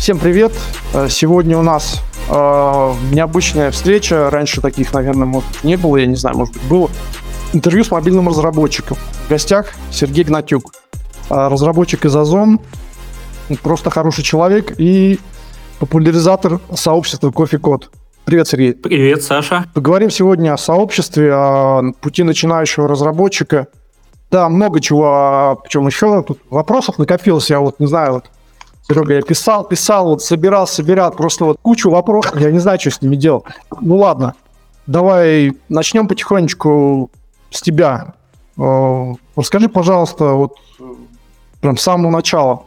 Всем привет! Сегодня у нас необычная встреча. Раньше таких, наверное, может, не было, я не знаю, может быть, было. Интервью с мобильным разработчиком. В гостях Сергей Гнатюк, разработчик из Озон, просто хороший человек и популяризатор сообщества Кофе-Код. Привет, Сергей. Привет, Саша. Поговорим сегодня о сообществе, о пути начинающего разработчика. Да, много чего, причем еще тут вопросов накопилось, я вот не знаю, вот, Серега, я писал, вот собирал, просто вот кучу вопросов, я не знаю, что с ними делать. Ну ладно, давай начнем потихонечку с тебя. Расскажи, пожалуйста, вот прям с самого начала.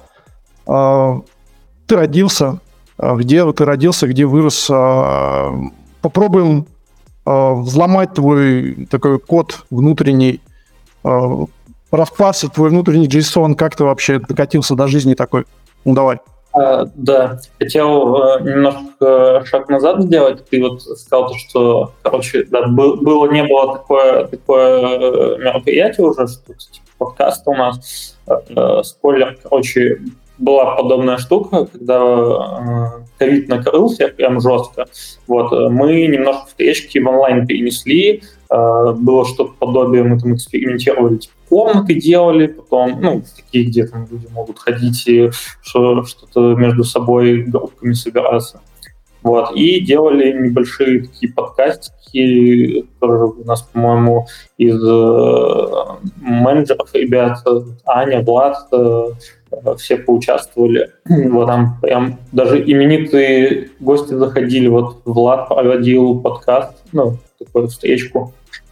Ты родился, где вырос? Попробуем взломать твой такой код внутренний, распасться твой внутренний JSON, как ты вообще докатился до жизни такой? Ну, давай. Да, хотел немножко шаг назад сделать. Ты вот сказал, что, короче, да, не было такое мероприятие уже, что типа подкаста у нас. Спойлер, короче, была подобная штука, когда ковид накрылся прям жестко. Вот, мы немножко встречки в онлайн перенесли, было что-то подобие, мы там экспериментировали, типа комнаты делали, потом, такие, где там люди могут ходить и что-то между собой группками собираться. Вот, и делали небольшие такие подкастики, тоже у нас, по-моему, из менеджеров ребят, Аня, Влад, все поучаствовали. Вот там прям даже именитые гости заходили. Вот Влад проводил подкаст, такую встречку.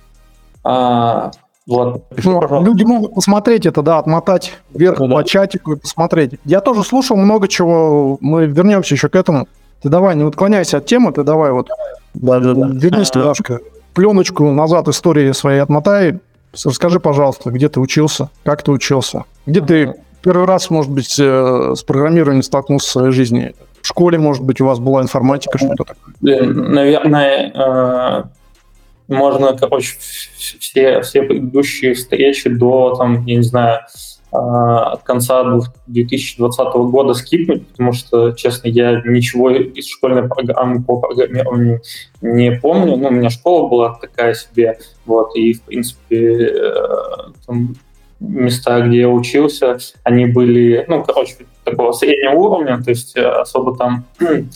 Вот. Люди могут посмотреть это, да, отмотать вверх по чатику и посмотреть. Я тоже слушал много чего, мы вернемся еще к этому. Ты давай, не отклоняйся от темы, ты давай вот вернись немножко, пленочку назад истории своей отмотай. Расскажи, пожалуйста, где ты учился, как ты учился, где ты первый раз, может быть, с программированием столкнулся в своей жизни. В школе, может быть, у вас была информатика, что-то такое? Наверное, можно, короче, все предыдущие встречи до, там, я не знаю, от конца 2020 года скипнуть, потому что, честно, я ничего из школьной программы по программированию не помню. У меня школа была такая себе, вот, и, в принципе, там, места, где я учился, они были, такого среднего уровня, то есть особо там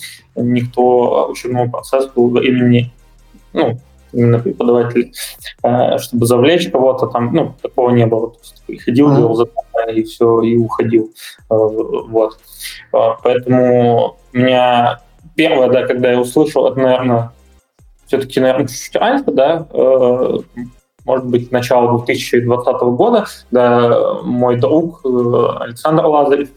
никто учебному процессу времени, именно преподаватель, чтобы завлечь кого-то, там, такого не было. То есть приходил, делал задание, и все, и уходил. Вот. Поэтому у меня первое, да, когда я услышал, это, наверное, все-таки, чуть раньше, да, может быть, начало 2020 года, да, мой друг Александр Лазарев,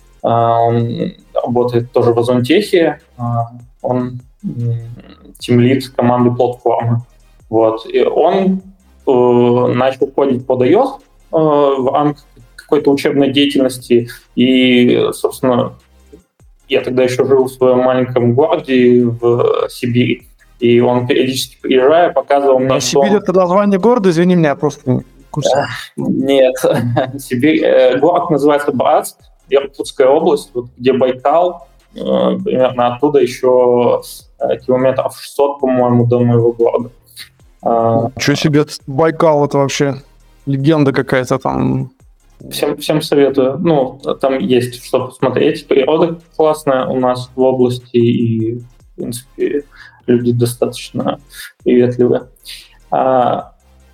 он работает тоже в Озонтехе, он тимлид команды платформы. Вот. И он начал кодить под iOS в рамках какой-то учебной деятельности. И, собственно, я тогда еще жил в своем маленьком городе в Сибири. И он периодически, приезжая, показывал мне... Сибирь — это название города? Извини меня, просто... Нет. Сибирь. Город называется Братск, Иркутская область, вот, где Байкал. Примерно оттуда еще километров 600, по-моему, до моего города. Ничего себе, Байкал — это вообще легенда какая-то там. Всем советую. Там есть что посмотреть. Природа классная у нас в области, и, в принципе, люди достаточно приветливые. Да.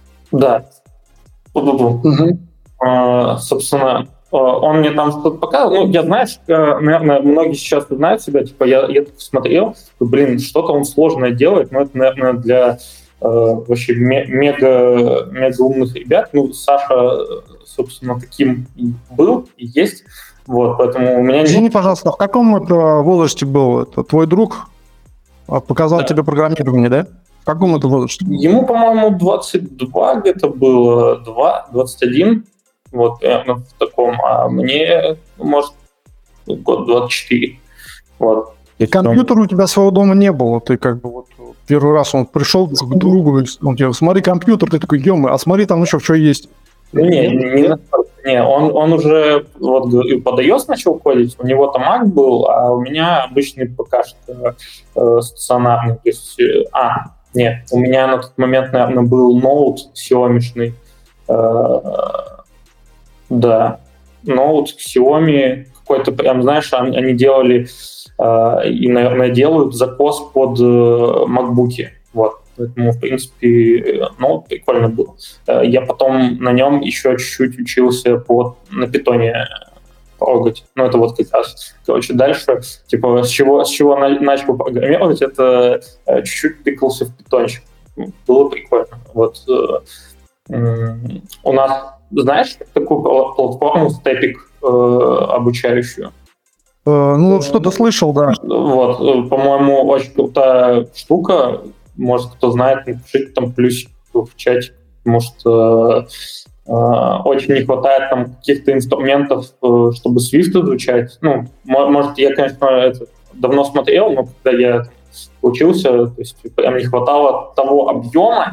Собственно, он мне там что-то показывал. Я, знаешь, наверное, многие сейчас знают себя. Типа, я смотрел, что-то он сложное делает, но это, наверное, для вообще мега умных ребят. Саша, собственно, таким и был, и есть. Вот, поэтому у меня... Извини, пожалуйста, в каком это возрасте был? Это твой друг показал тебе программирование, да? В каком это возрасте? Ему, по-моему, 22 где-то было, 21. Вот, примерно в таком, а мне, может, год 24. Вот. И компьютера у тебя своего дома не было, ты как бы вот первый раз он пришел к другу, он тебе, смотри компьютер, ты такой, ё-моё, а смотри там еще что есть. Не Не, он уже вот под iOS начал кодить, у него там Mac был, а у меня обычный пока что стационарный. То есть, нет, у меня на тот момент, наверное, был ноут Xiaomi-шный. Да, ноут Xiaomi какой-то, прям, знаешь, они делали и, наверное, делают закос под MacBook'и. Вот. Поэтому, в принципе, прикольно было. Я потом на нем еще чуть-чуть учился на питоне прогать. Это вот как раз. Короче, дальше, типа, с чего начал программировать, это чуть-чуть тыкался в питончик. Было прикольно. Вот. У нас, знаешь, такую платформу Stepik обучающую? Что-то слышал, да. Вот, по-моему, очень крутая штука. Может, кто знает, напишите там плюсик в чате, потому что очень не хватает там каких-то инструментов, чтобы Swift изучать. Может, я, конечно, давно смотрел, но когда я учился, то есть прям не хватало того объема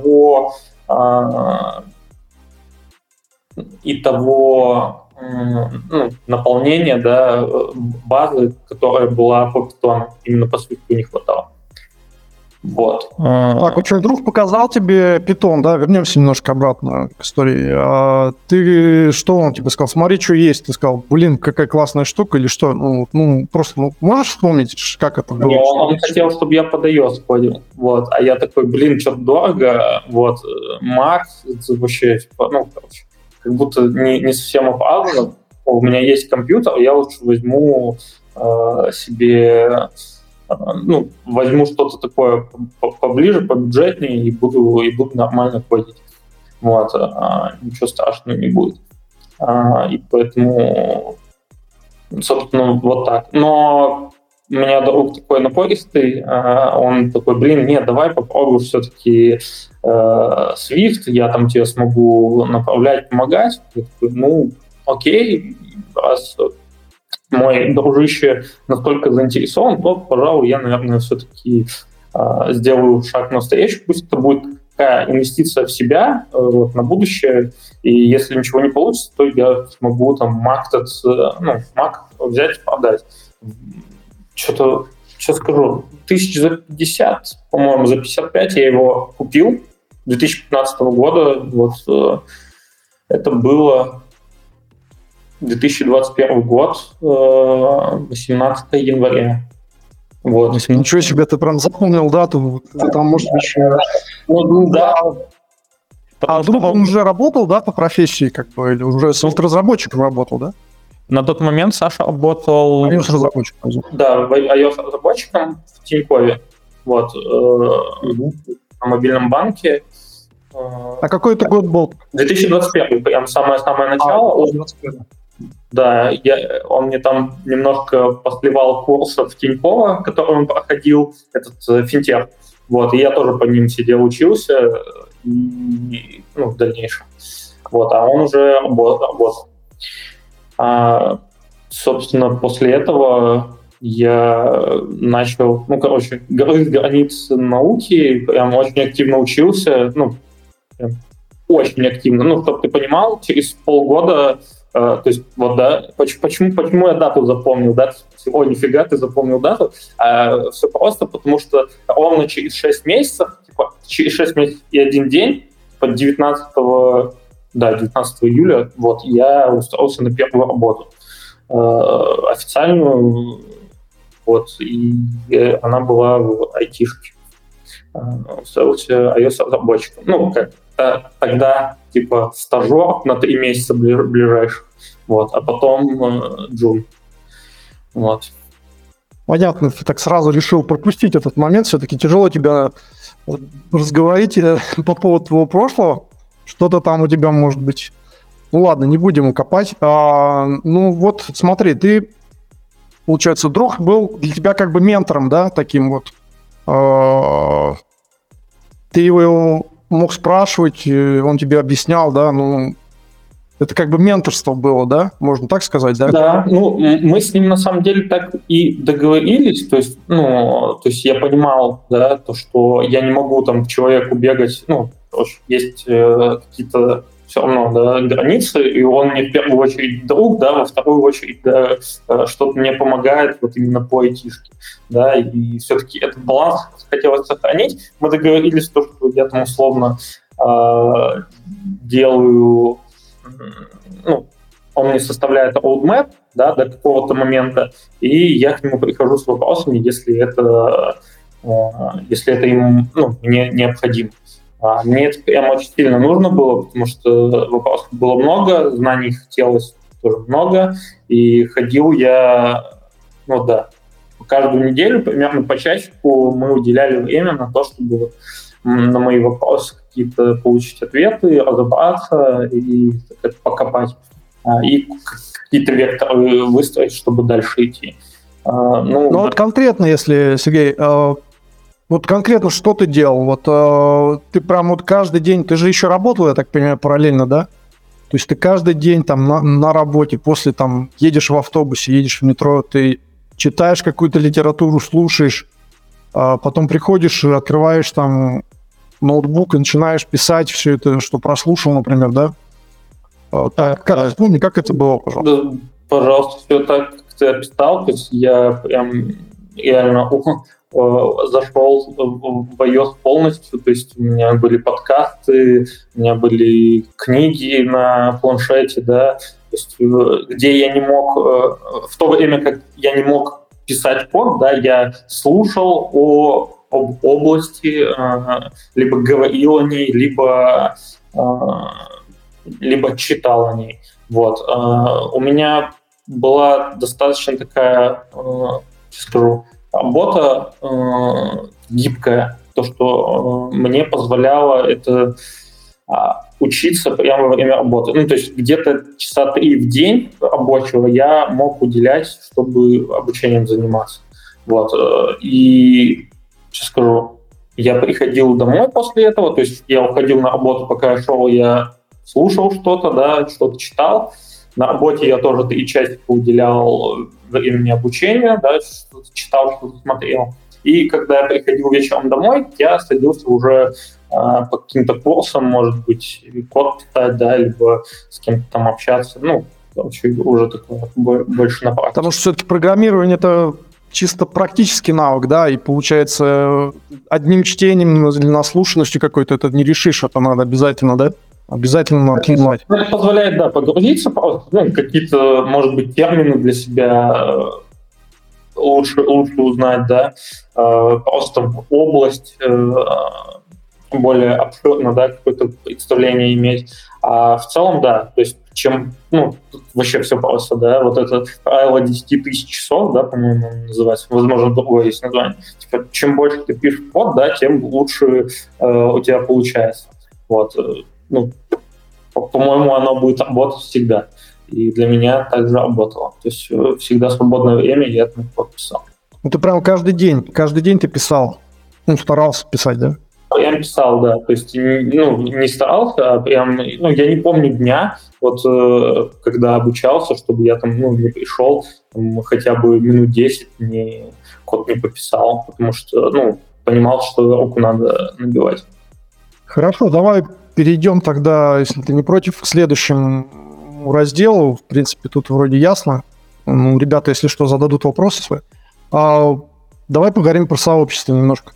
и того наполнения, да, базы, которая была по Python. Именно по Swift не хватало. Вот. Так, что, друг показал тебе Python, да? Вернемся немножко обратно к истории. Ты что он тебе сказал? Смотри, что есть. Ты сказал, какая классная штука или что? Просто можешь вспомнить, как это было? Он хотел, чтобы я под iOS ходил. Вот. А я такой, что-то дорого. Вот. Mac, это вообще, как будто не совсем оправдано. У меня есть компьютер, я лучше возьму себе... возьму что-то такое поближе, побюджетнее и буду нормально кодить. Вот. Ничего страшного не будет. И поэтому, собственно, вот так. Но у меня друг такой напористый, он такой, давай попробуем все-таки Swift, я там тебе смогу направлять, помогать. Я такой, окей, раз мой дружище настолько заинтересован, то, пожалуй, я, наверное, все-таки сделаю шаг навстречу. Пусть это будет такая инвестиция в себя на будущее. И если ничего не получится, то я смогу там Mac взять и продать. Что скажу, 1050, по-моему, за 55 я его купил 2015 года. Вот это было 2021 год, 18 января. Вот. Ничего себе, ты прям запомнил дату. Там, может быть, еще... да. А друг, он уже работал, да, по профессии, или уже софт-разработчиком работал, да? На тот момент Саша работал... iOS-разработчиком. Да, iOS-разработчиком в Тинькове. Вот. На мобильном банке. А какой это год был? 2021, прям самое начало. 2021. Да, он мне там немножко посливал курсов Тинькова, который он проходил, этот финтех. Вот, и я тоже по ним сидел, учился, в дальнейшем. Вот, а он уже работал. Собственно, после этого я начал, грыз границы науки, прям очень активно учился, прям очень активно. Чтобы ты понимал, через полгода, то есть, вот, да, почему я дату запомнил, да? Нифига, ты запомнил дату. Все просто, потому что ровно через 6 месяцев, через 6 месяцев и один день, 19 июля, вот, я устроился на первую работу. Официальную, вот, и она была в айтишке. Устроился iOS-разработчиком. Тогда, стажер на 3 месяца ближайших, вот, а потом джун. Вот. Понятно, ты так сразу решил пропустить этот момент, все-таки тяжело тебя разговорить по поводу твоего прошлого, что-то там у тебя может быть. Ладно, не будем копать. Вот, смотри, ты, получается, друг был для тебя как бы ментором, да, таким вот. Ты его мог спрашивать, он тебе объяснял, да, это как бы менторство было, да, можно так сказать, да? Да, мы с ним на самом деле так и договорились, то есть я понимал, да, то, что я не могу там к человеку бегать, есть какие-то все равно, да, границы, и он мне в первую очередь друг, да, во вторую очередь, да, что-то мне помогает вот именно по айтишке, да, и все-таки этот баланс хотелось сохранить. Мы договорились, что я там условно делаю, ну, он мне составляет roadmap, да, до какого-то момента, и я к нему прихожу с вопросами, если это ему, ну, мне необходимо. Мне это прям очень сильно нужно было, потому что вопросов было много, знаний хотелось тоже много, и ходил я, ну да, каждую неделю примерно по часику мы уделяли время на то, чтобы на мои вопросы какие-то получить ответы, разобраться и покопать, и какие-то векторы выстроить, чтобы дальше идти. Ну вот конкретно, если, Сергей, вот конкретно что ты делал? Вот ты прям вот каждый день, ты же еще работал, я так понимаю, параллельно, да? То есть ты каждый день там на работе, после там едешь в автобусе, едешь в метро, ты читаешь какую-то литературу, слушаешь, потом приходишь, открываешь там ноутбук и начинаешь писать все это, что прослушал, например, да? Вспомни, как это было, пожалуйста. Да, пожалуйста, все так, как ты описал. То есть я прям реально зашел в iOS полностью. То есть у меня были подкасты, у меня были книги на планшете, да, то есть, где я не мог, в то время как я не мог писать код, да, я слушал об области, либо говорил о ней, либо читал о ней. Вот. У меня была достаточно такая, скажу, работа гибкая, то, что мне позволяло это учиться прямо во время работы. Ну, то есть где-то часа 3 в день рабочего я мог уделять, чтобы обучением заниматься. Вот. И, сейчас скажу, я приходил домой после этого, то есть я уходил на работу, пока я шел, я слушал что-то, да, что-то читал. На работе я тоже 3 часика уделял времени обучения, да, что-то читал, что-то смотрел. И когда я приходил вечером домой, я садился уже по каким-то курсам, может быть, код писать, да, либо с кем-то там общаться. Ну, вообще уже такое больше на практике. Потому что все-таки программирование — это чисто практический навык, да, и получается одним чтением или наслушанностью какой-то это не решишь, это надо обязательно, да? Обязательно надо знать. Это позволяет, да, погрузиться, какие-то, может быть, термины для себя лучше узнать, да, просто в область более обширно, да, какое-то представление иметь. А в целом, да, то есть чем, ну, тут вообще все просто, да, вот это правило 10 тысяч часов, да, по-моему, называется, возможно, другое есть название. Типа, чем больше ты пишешь код, да, тем лучше у тебя получается. Вот, ну, по-моему, оно будет работать всегда. И для меня также работало. То есть всегда свободное время я там код писал. Ну, ты прям каждый день ты писал, ну, старался писать, да? Я писал, да, то есть, ну, не старался, а прям, ну, я не помню дня, вот, когда обучался, чтобы я там, ну, не пришел, там, хотя бы минут 10 код не пописал, потому что, ну, понимал, что руку надо набивать. Хорошо, давай перейдем тогда, если ты не против, к следующему разделу. В принципе, тут вроде ясно. Ну, ребята, если что, зададут вопросы свои. Давай поговорим про сообщество немножко.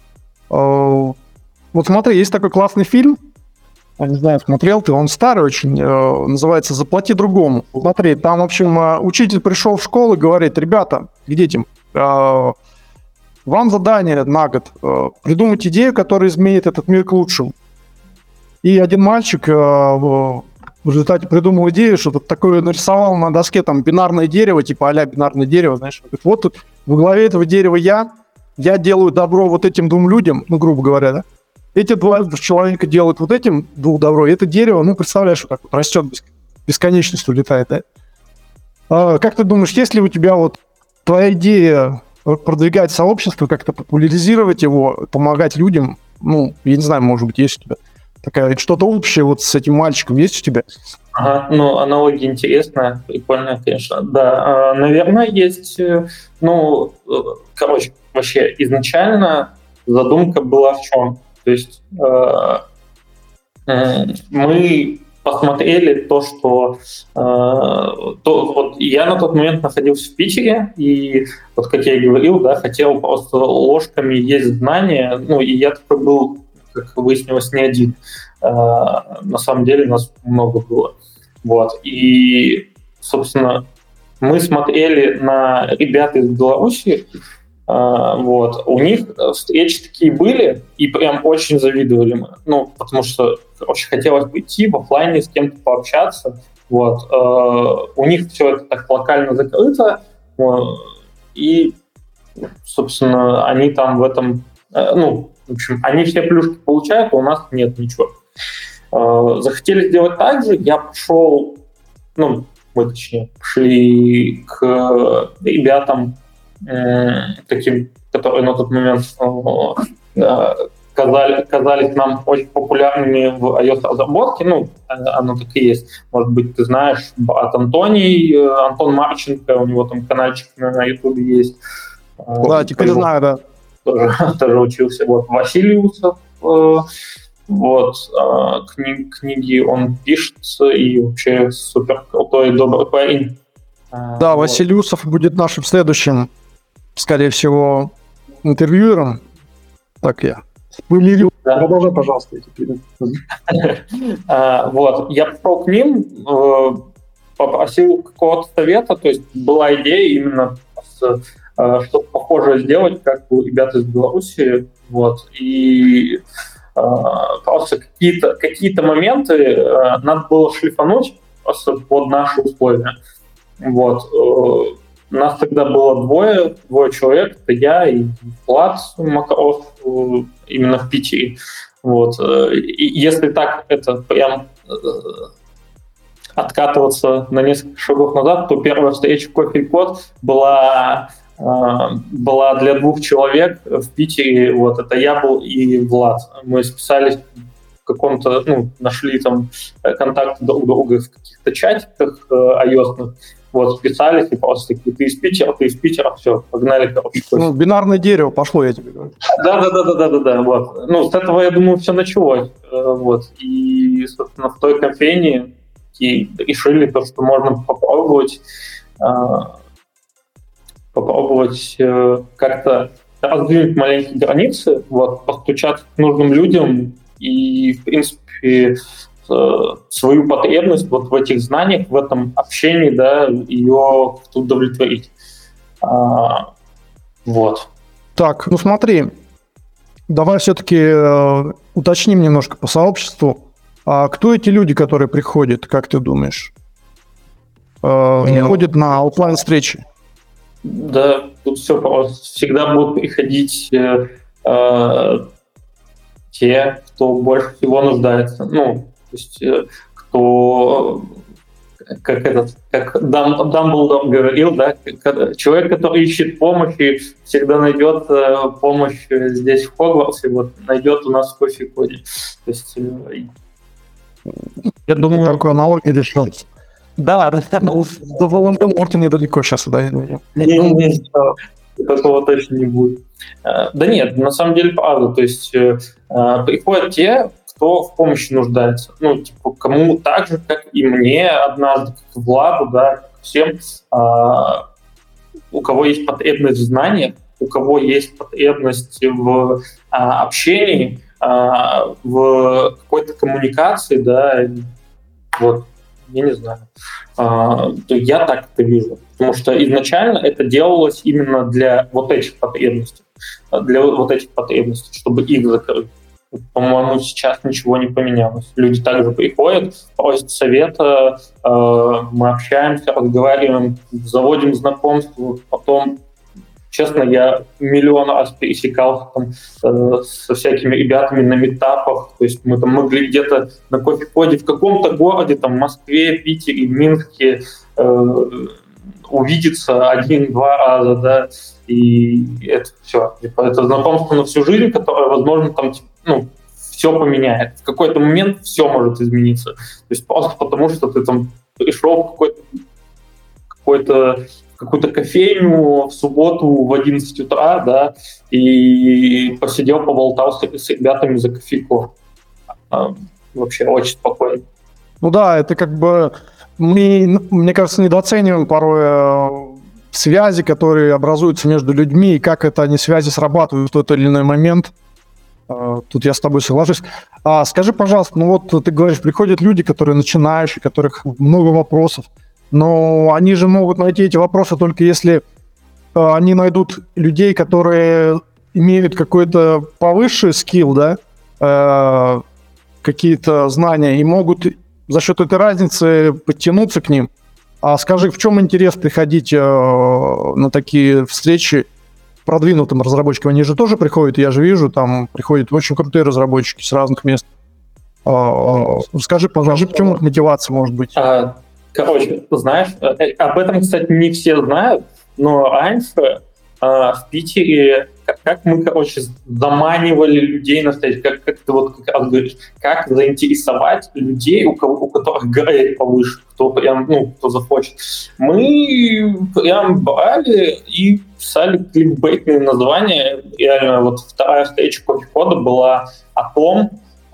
Вот смотри, есть такой классный фильм, я не знаю, смотрел ты, он старый очень, называется «Заплати другому». Смотри, там, в общем, учитель пришел в школу и говорит: ребята, к детям, вам задание на год, придумать идею, которая изменит этот мир к лучшему. И один мальчик в результате придумал идею, что-то такое нарисовал на доске, там, бинарное дерево, типа а-ля бинарное дерево, знаешь. Говорит, вот тут во главе этого дерева я делаю добро вот этим 2 людям, ну, грубо говоря, да. Эти 2 человека делают вот этим 2 добро, и это дерево, ну, представляешь, вот так вот растет, бесконечностью летает, да? Как ты думаешь, есть ли у тебя вот твоя идея продвигать сообщество, как-то популяризировать его, помогать людям? Ну, я не знаю, может быть, есть у тебя такая, что-то общее вот с этим мальчиком есть у тебя? Ага, ну, аналогия интересная, прикольная, конечно. Да, наверное, есть, ну, короче, вообще изначально задумка была в чем? То есть мы посмотрели то, что вот я на тот момент находился в Питере, и вот как я и говорил, да, хотел просто ложками есть знания, ну, и я такой был, как выяснилось, не один. На самом деле нас много было. Вот. И, собственно, мы смотрели на ребят из Беларуси, вот. У них встречи такие были, и прям очень завидовали мы. Ну, потому что очень хотелось пойти в офлайне с кем-то пообщаться. Вот. У них все это так локально закрыто, и, собственно, они там в этом... Ну, в общем, они все плюшки получают, а у нас нет ничего. Захотели сделать так же, я пошел, ну, мы, точнее, пошли к ребятам, таким, которые на тот момент казались нам очень популярными в iOS-разработке. Ну, оно так и есть. Может быть, ты знаешь, от Антон Марченко, у него там каналчик на YouTube есть. Да, теперь знаю, да. Тоже учился. Вот, Василиусов, вот, книги он пишет, и вообще супер крутой, добрый парень. Да, вот. Василиусов будет нашим следующим, скорее всего, интервьюером. Так я спойлерю. Да. Продолжай, пожалуйста. Вот, я пошел к ним, попросил какого-то совета, то есть была идея именно что-то похожее сделать, как у ребят из Беларуси, вот, и просто какие-то моменты надо было шлифануть просто под наши условия. Вот. Нас тогда было двое человек, это я и Влад Макаров, именно в Питере. Вот. И если так это прям откатываться на несколько шагов назад, то первая встреча «Кофе и код» была для 2 человек в Питере. Вот, это я был и Влад. Мы списались в каком-то, ну, нашли там контакты друг друга в каких-то чатиках iOS-ных. Вот, списались и просто такие: ты из Питера, все, погнали, короче. Ну, бинарное дерево пошло, я тебе говорю. Да, вот. Ну, с этого, я думаю, все началось. Вот. И, собственно, в той кофейне и решили то, что можно попробовать как-то раздвинуть маленькие границы, вот, постучаться к нужным людям и, в принципе, свою потребность вот в этих знаниях, в этом общении, да, ее удовлетворить. Вот. Так, ну смотри, давай все-таки уточним немножко по сообществу. А кто эти люди, которые приходят, как ты думаешь? Приходят на офлайн встречи? Да, тут все просто. Всегда будут приходить те, кто больше всего нуждается. Ну, то есть кто, как Дамблдор говорил, да, человек, который ищет помощи, всегда найдет помощь здесь, в Хогвартсе, вот, найдет у нас в Кофе и Коде. То есть, я думаю, такой аналог или что? Да, до Волан-де-Морта недалеко сейчас, да? Такого точно не будет. Да нет, на самом деле правда. То есть приходят те, кто в помощи нуждается. Ну, типа, кому так же, как и мне однажды, как и Владу, да, всем, у кого есть потребность в знаниях, у кого есть потребность в общении, в какой-то коммуникации, да, вот, я не знаю. Я так это вижу. Потому что изначально это делалось именно для вот этих потребностей. Чтобы их закрыть. По-моему, сейчас ничего не поменялось. Люди также приходят, просят совета, мы общаемся, разговариваем, заводим знакомство, потом, честно, я миллион раз пересекался там, со всякими ребятами на митапах, то есть мы там могли где-то на кофе-коде в каком-то городе, там, в Москве, Питере, Минске, увидеться 1-2 раза, да, и это все. Это знакомство на всю жизнь, которое, возможно, там, ну, все поменяет. В какой-то момент все может измениться. То есть просто потому, что ты там пришел в какую-то кофейню в субботу в 11 утра, да, и посидел, поболтал с ребятами за кофейку. Вообще очень спокойно. Ну да, это как бы мы, мне кажется, недооцениваем порой связи, которые образуются между людьми, и как это они связи срабатывают в тот или иной момент. Тут я с тобой соглашусь. Скажи, пожалуйста, ну вот ты говоришь, приходят люди, которые начинающие, у которых много вопросов, но они же могут найти эти вопросы только если они найдут людей, которые имеют какой-то повысший скилл, да, какие-то знания, и могут за счет этой разницы подтянуться к ним. А скажи, в чем интерес приходить на такие встречи продвинутым разработчикам? Они же тоже приходят, я же вижу, там приходят очень крутые разработчики с разных мест. Скажи, пожалуйста, в чем мотивация может быть? Короче, знаешь, об этом, кстати, не все знают, но раньше в Питере как мы, короче, заманивали людей на встречи, как ты вот как раз говоришь, как заинтересовать людей, у которых грейд повыше, кто прям, кто захочет. Мы прям брали и писали кликбейтные названия. Реально, вот вторая встреча кофе-кода была о том,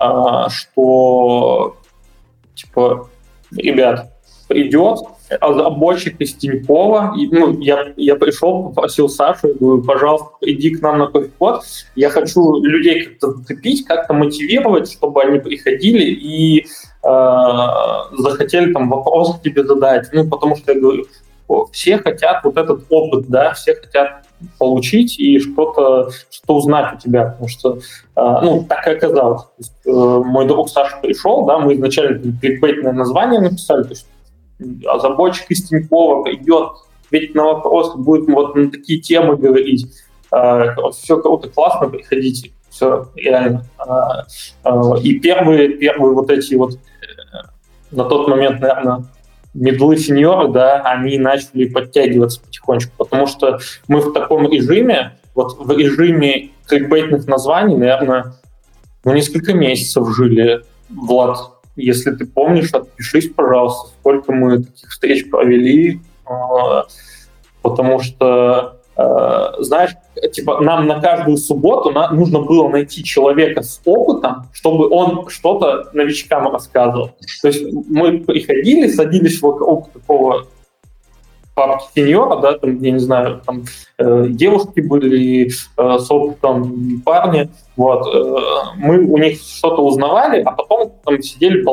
что, типа, ребят, придет разработчик из Тинькова, я пришел, попросил Сашу, говорю, пожалуйста, иди к нам на кофе-код, я хочу людей как-то зацепить, как-то мотивировать, чтобы они приходили и захотели там вопрос к тебе задать, потому что я говорю, все хотят вот этот опыт, да, все хотят получить и что узнать у тебя, потому что, так и оказалось. То есть, мой друг Саша пришел, да, мы изначально кликбейтное название написали, то есть разработчик из Тинькова придет, ответить на вопрос, будет вот на такие темы говорить. Все круто, классно, приходите. Все, реально. И первые вот эти вот на тот момент, наверное, медлы сеньоры, да, они начали подтягиваться потихонечку, потому что мы в таком режиме, вот в режиме кликбейтных названий, наверное, несколько месяцев жили. Влад, если ты помнишь, отпишись, пожалуйста, сколько мы таких встреч провели, потому что, знаешь, типа нам на каждую субботу нужно было найти человека с опытом, чтобы он что-то новичкам рассказывал. То есть мы приходили, садились вокруг такого папки сеньора, да, там, я не знаю, там девушки были с опытом, парни, вот, мы у них что-то узнавали, а потом там сидели,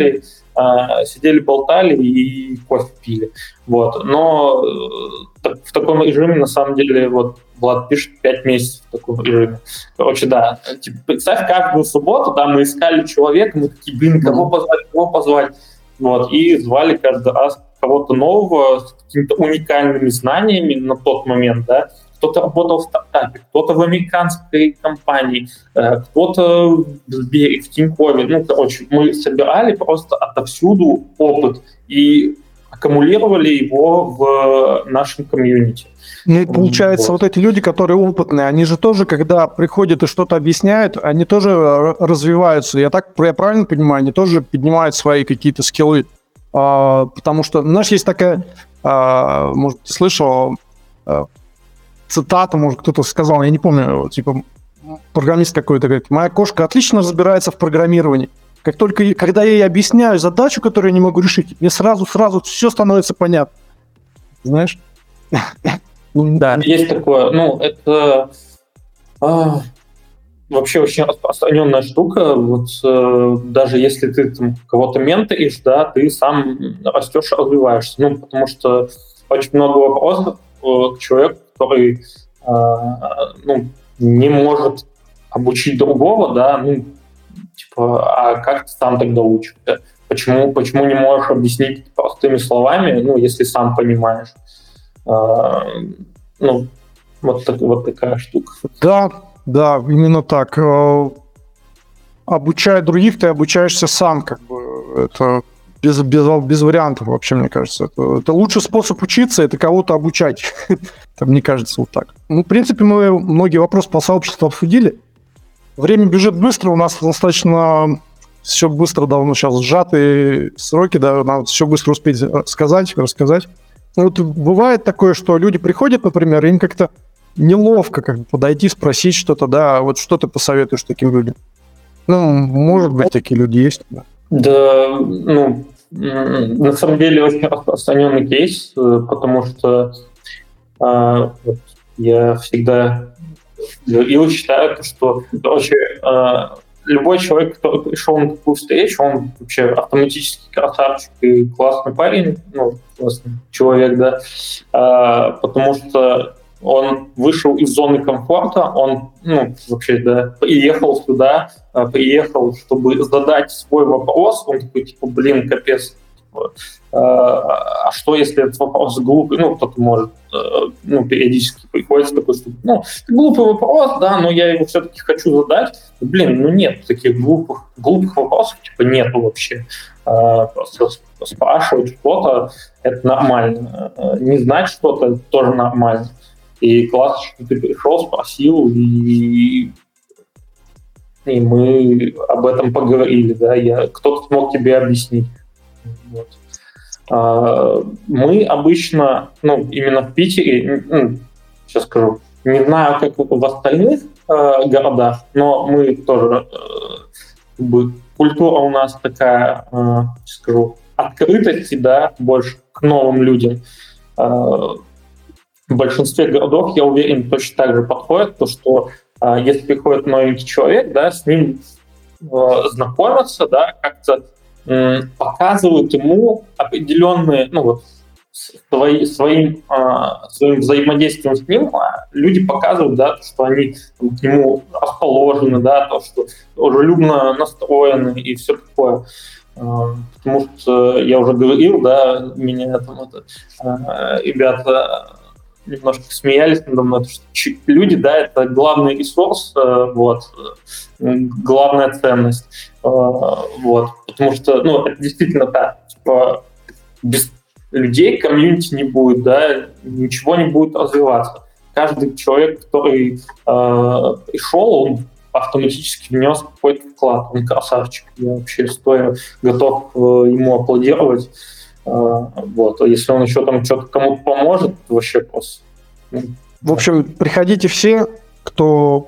болтали и кофе пили, вот, но в таком режиме, на самом деле, вот, Влад пишет 5 месяцев в таком режиме. Короче, да, типа, представь, каждую субботу, да, мы искали человека, мы такие, кого позвать, вот, и звали каждый раз кого-то нового с какими-то уникальными знаниями на тот момент, да, кто-то работал в стартапе, кто-то в американской компании, кто-то в Сбере, в Тинькове, короче, мы собирали просто отовсюду опыт и аккумулировали его в нашем комьюнити. Ну, получается, вот эти люди, которые опытные, они же тоже, когда приходят и что-то объясняют, они тоже развиваются. Я правильно понимаю, они тоже поднимают свои какие-то скиллы. Потому что, знаешь, есть такая, может, ты слышал, цитата, может, кто-то сказал, я не помню, типа, программист какой-то говорит, моя кошка отлично разбирается в программировании. Как только, когда я ей объясняю задачу, которую я не могу решить, мне сразу все становится понятно. Знаешь? Да. Есть такое, это вообще очень распространенная штука. Вот даже если ты там кого-то менторишь, да, ты сам растешь, развиваешься. Потому что очень много вопросов к человеку, который не может обучить другого, да, а как ты сам тогда учишься? Почему не можешь объяснить простыми словами, если сам понимаешь? Вот такая штука. Да, именно так. Обучая других, ты обучаешься сам, как бы. Это без вариантов вообще, мне кажется. Это лучший способ учиться, это кого-то обучать. Это, мне кажется, вот так. В принципе, мы многие вопросы по сообществу обсудили. Время бежит быстро, у нас достаточно все быстро, давно сейчас сжатые сроки, да, надо все быстро успеть рассказать. Вот бывает такое, что люди приходят, например, им как-то неловко подойти, спросить что-то, да, вот что ты посоветуешь таким людям? Может быть, такие люди есть, да. Да, ну, на самом деле очень распространенный кейс, потому что вот я всегда говорил, считаю, что, короче, любой человек, который пришел на такую встречу, он вообще автоматически красавчик и классный парень, ну, классный человек, да, потому что он вышел из зоны комфорта, он, ну, вообще, да, приехал сюда, приехал, чтобы задать свой вопрос, он такой, типа, блин, капец, а что, если этот вопрос глупый? Ну, кто-то может, ну, периодически приходится такой, что, ну, глупый вопрос, да, но я его все-таки хочу задать. Блин, ну нет таких глупых вопросов, типа, нету вообще. Просто спрашивать что-то, это нормально. Не знать что-то, это тоже нормально. И классно, что ты пришел, спросил, и мы об этом поговорили, да, кто-то смог тебе объяснить. Вот. Мы обычно, ну, именно в Питере, сейчас скажу, не знаю, как в остальных городах, но мы тоже, как бы, культура у нас такая, скажу, открытости, да, больше к новым людям. В большинстве городов, я уверен, точно так же подходит, то, что если приходит новенький человек, да, с ним знакомятся, да, как-то показывают ему определенные, ну вот, своим взаимодействием с ним люди показывают, да, что они к нему расположены, да, то, что дружелюбно настроены и все такое. Потому что я уже говорил, да, меня там ребята немножко смеялись надо мной, что люди, да, это главный ресурс, вот, главная ценность, вот, потому что, ну, это действительно так, типа, без людей комьюнити не будет, да, ничего не будет развиваться. Каждый человек, который пришел, он автоматически внес какой-то вклад, он красавчик, я вообще стоя готов ему аплодировать. Вот. А если он еще там что-то кому-то поможет, то вообще просто... В общем, приходите все, кто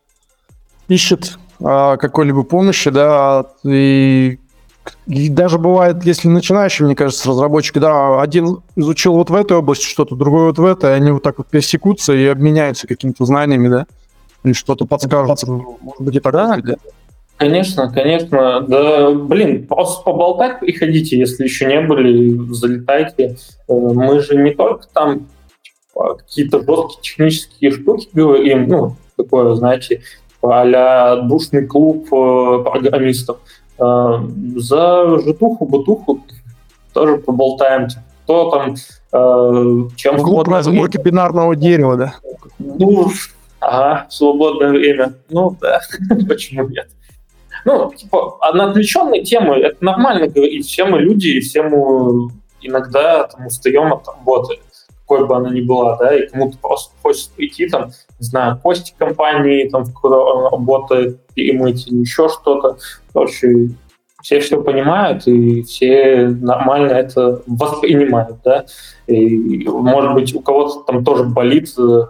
ищет какой-либо помощи, да, и даже бывает, если начинающий, мне кажется, разработчик, да, один изучил вот в этой области что-то, другой вот в этой, они вот так вот пересекутся и обменяются какими-то знаниями, да, или что-то подскажут, может быть, и так далее. Да? Конечно, конечно. Да, блин, просто поболтать приходите, если еще не были, залетайте. Мы же не только там какие-то жесткие технические штуки говорим, ну, такое, знаете, а-ля душный клуб программистов. За житуху, бытуху тоже поболтаем. Кто там, чем... Клуб разборки бинарного дерева, да? Ну, ага, свободное время. Ну, да, почему нет? Ну, типа, на отвлеченные темы это нормально говорить. Все мы люди, и все мы иногда там устаем от работы, какой бы она ни была, да, и кому-то просто хочется прийти, там, не знаю, постить компании, там, в которой он работает, перемыть или еще что-то. Короче, все понимают, и все нормально это воспринимают, да. И, может быть, у кого-то там тоже болит,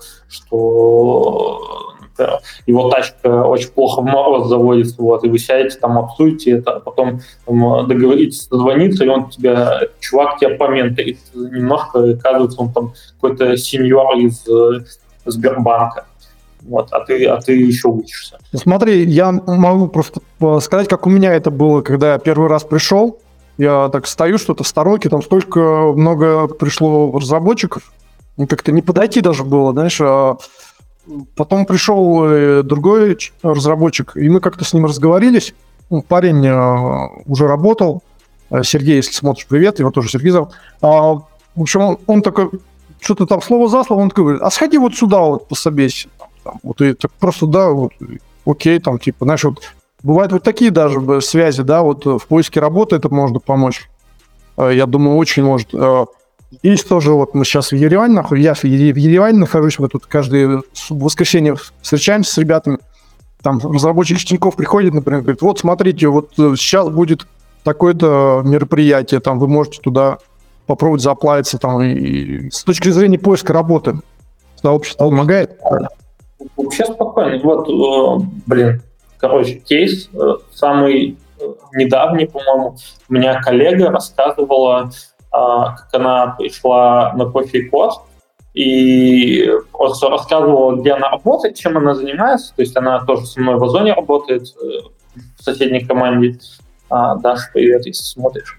что его тачка очень плохо в мороз заводится, вот, и вы сядете, там, обсудите это, а потом там, договоритесь созвониться, и он тебя, чувак тебя поменторит немножко, и оказывается, он там какой-то сеньор из Сбербанка. Вот, а ты еще учишься. Смотри, я могу просто сказать, как у меня это было, когда я первый раз пришел. Я так стою, что-то в сторонке, там столько много пришло разработчиков, как-то не подойти даже было, знаешь. Потом пришел другой разработчик, и мы как-то с ним разговорились. Парень уже работал. Сергей, если смотришь, привет, его тоже Сергей зовут. В общем, он такой, что-то там слово за слово, он такой говорит, а сходи вот сюда, вот пособейся. Вот и так просто, да, вот, окей, там, типа, знаешь, вот бывают вот такие даже связи, да, вот в поиске работы это можно помочь. Я думаю, очень может. Есть тоже, вот мы сейчас в Ереване, я в Ереване нахожусь, мы тут каждое воскресенье встречаемся с ребятами, там разработчик Тинькофф приходит, например, говорит, вот смотрите, вот сейчас будет такое-то мероприятие, там вы можете туда попробовать заплавиться, там, и с точки зрения поиска работы сообщество помогает. Вообще спокойно. Вот, блин, короче, кейс самый недавний, по-моему, у меня коллега рассказывала, как она пришла на кофе и код, и просто рассказывала, где она работает, чем она занимается. То есть она тоже со мной в Озоне работает, в соседней команде. Даша, привет, если смотришь.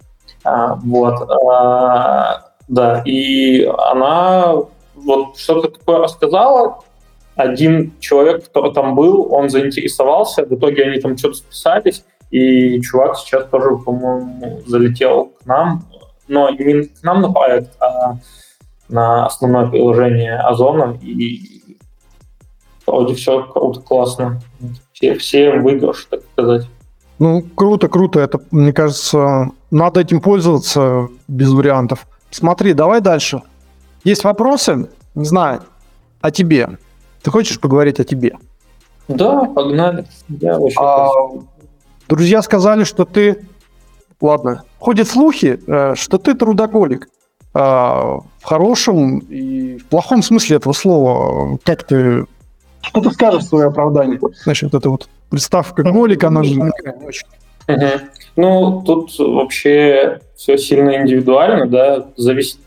Да, и она вот что-то такое рассказала. Один человек, который там был, он заинтересовался, в итоге они там что-то списались, и чувак сейчас тоже, по-моему, залетел к нам, но не к нам на проект, а на основное приложение Озона, и вроде все круто, классно. Все выигрыши, так сказать. Ну, круто. Это, мне кажется, надо этим пользоваться без вариантов. Смотри, давай дальше. Есть вопросы? Не знаю, о тебе. Ты хочешь поговорить о тебе? Да, погнали. Я очень друзья сказали, что ты... Ладно. Ходят слухи, что ты трудоголик. В хорошем и в плохом смысле этого слова. Как ты... Что ты скажешь в свое оправдание? Значит, это вот приставка голик, она же не очень. Ну, тут вообще все сильно индивидуально, да, зависит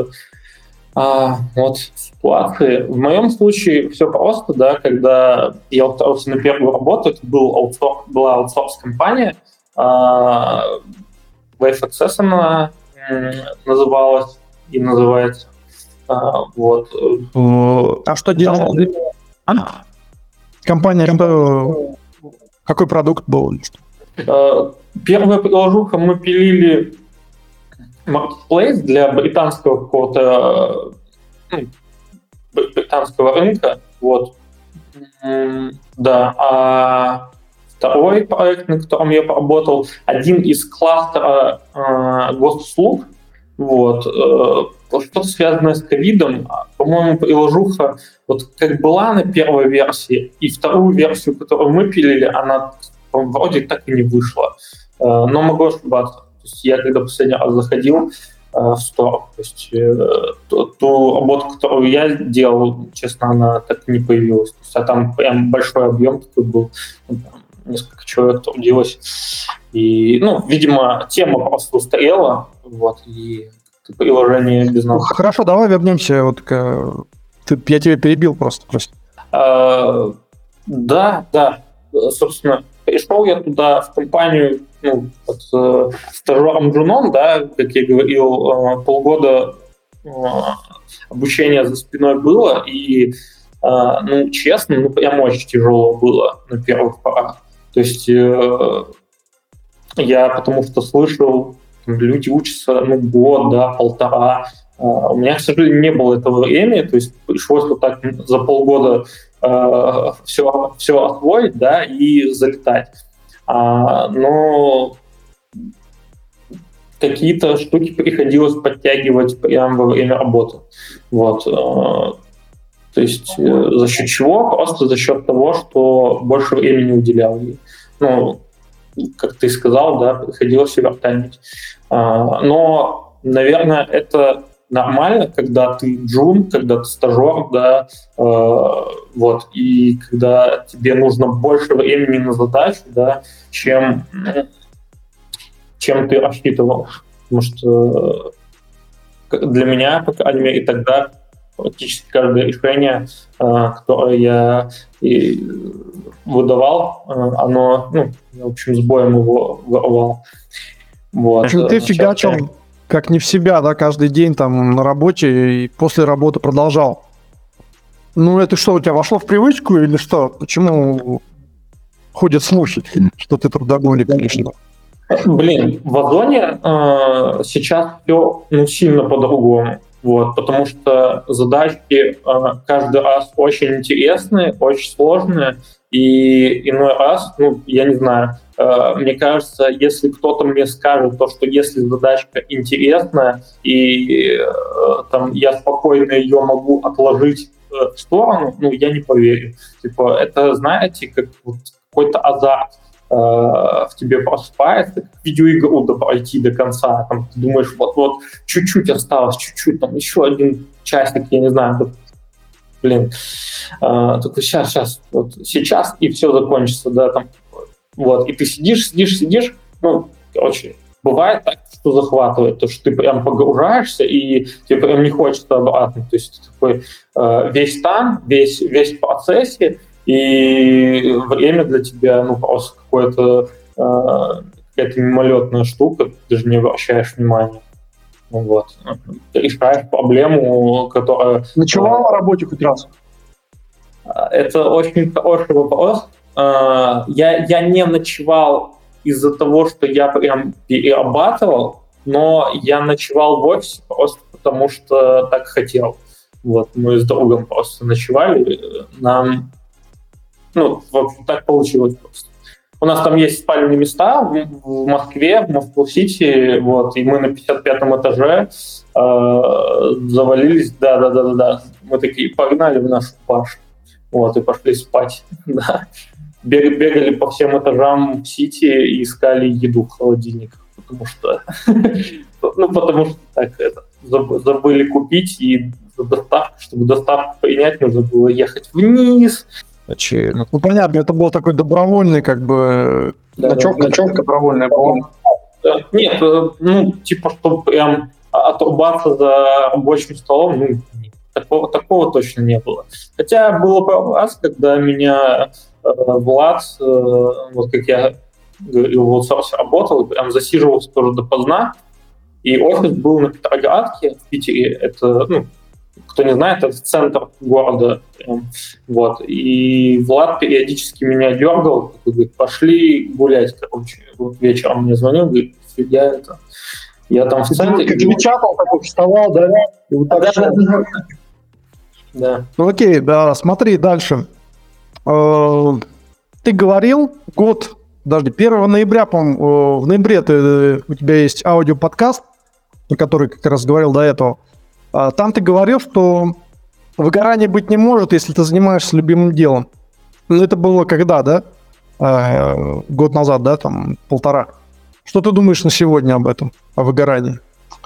от ситуации. В моем случае все просто, да, когда я устроился на первую работу, это была аутсорс-компания, Wave Access она называлась и называется. Вот. А что делал? Компания, какой продукт был? Первая приложуха, мы пилили маркетплейс для британского какого-то британского рынка. Вот. Да. А второй проект, на котором я поработал, один из кластера госуслуг. Вот. Что-то связанное с ковидом. По-моему, приложуха вот как была на первой версии, и вторую версию, которую мы пилили, она вроде так и не вышла. Но могу ошибаться. То есть я когда последний раз заходил в Store, то есть ту работу, которую я делал, честно, она так и не появилась. То есть, а там прям большой объем такой был, несколько человек трудилось. И, видимо, тема просто устарела, вот, и приложение без нас. Хорошо, давай вернемся. Вот, я тебя перебил просто. Да. Собственно, пришел я туда, в компанию, стажером-джуном, да, как я говорил, полгода обучения за спиной было, и, честно, прям очень тяжело было на первых порах. То есть я потому что слышал, люди учатся, год, да, полтора. У меня, к сожалению, не было этого времени, то есть пришлось вот так за полгода все освоить, да, и залетать. Но какие-то штуки приходилось подтягивать прямо во время работы. Вот. То есть за счет чего? Просто за счет того, что больше времени уделял ей. Как ты сказал, да, приходилось овертаймить. Но, наверное, это нормально, когда ты джун, когда ты стажер, да, вот, и когда тебе нужно больше времени на задачу, да, чем ты рассчитывал. Потому что для меня, по крайней мере, тогда практически каждое решение, которое я выдавал, оно, в общем, с боем его вырвал. Вот. В общем, ты фигачил как не в себя, да, каждый день там на работе и после работы продолжал. Это что, у тебя вошло в привычку или что? Почему ходят слухи, что ты трудоголик или что? Блин, в Озоне сейчас все сильно по-другому. Вот, потому что задачки каждый раз очень интересные, очень сложные, и иной раз, я не знаю, мне кажется, если кто-то мне скажет то, что если задачка интересная, и там я спокойно ее могу отложить в сторону, я не поверю. Типа, это, знаете, как вот какой-то азарт в тебе просыпается, как видеоигру пройти до конца. Там, ты думаешь, вот чуть-чуть осталось, чуть-чуть, там еще один часик, я не знаю, только сейчас, и все закончится, да, там, вот, и ты сидишь, Короче, бывает так, что захватывает, то, что ты прям погружаешься, и тебе прям не хочется обратно. То есть ты такой весь там, весь в процессе, и время для тебя, просто какая-то мимолетная штука, ты даже не обращаешь внимания. Ты решаешь проблему, которая... Ночевал на работе хоть раз? Это очень хороший вопрос. Я не ночевал из-за того, что я прям перерабатывал, но я ночевал в офисе просто потому, что так хотел. Мы с другом просто ночевали. Нам, так получилось просто. У нас там есть спальные места в Москве, в Москва-Сити, и мы на 55-м этаже завалились, да. Мы такие погнали в нашу башню, и пошли спать, да. Бегали по всем этажам в Сити и искали еду в холодильниках, потому что так забыли купить, и чтобы доставку принять, нужно было ехать вниз. Понятно, это был такой добровольный, ночевка добровольная была. Нет, чтобы прям отрубаться за рабочим столом, такого точно не было. Хотя было пару раз, когда меня Влад, как я говорил, в аутсорсе работал, прям засиживался тоже допоздна, и офис был на Петроградке в Питере, это, кто не знает, это центр города. И Влад периодически меня дергал, говорит, пошли гулять, вечером мне звонил, говорит, я там в центре... Печатал, такой вставал, да? Да. Окей, да, смотри дальше. Ты говорил, 1 ноября, по-моему, в ноябре у тебя есть аудиоподкаст, про который как раз говорил до этого. Там ты говорил, что выгорания быть не может, если ты занимаешься любимым делом. Это было когда, да? Год назад, да, там, 1.5. Что ты думаешь на сегодня об этом, о выгорании?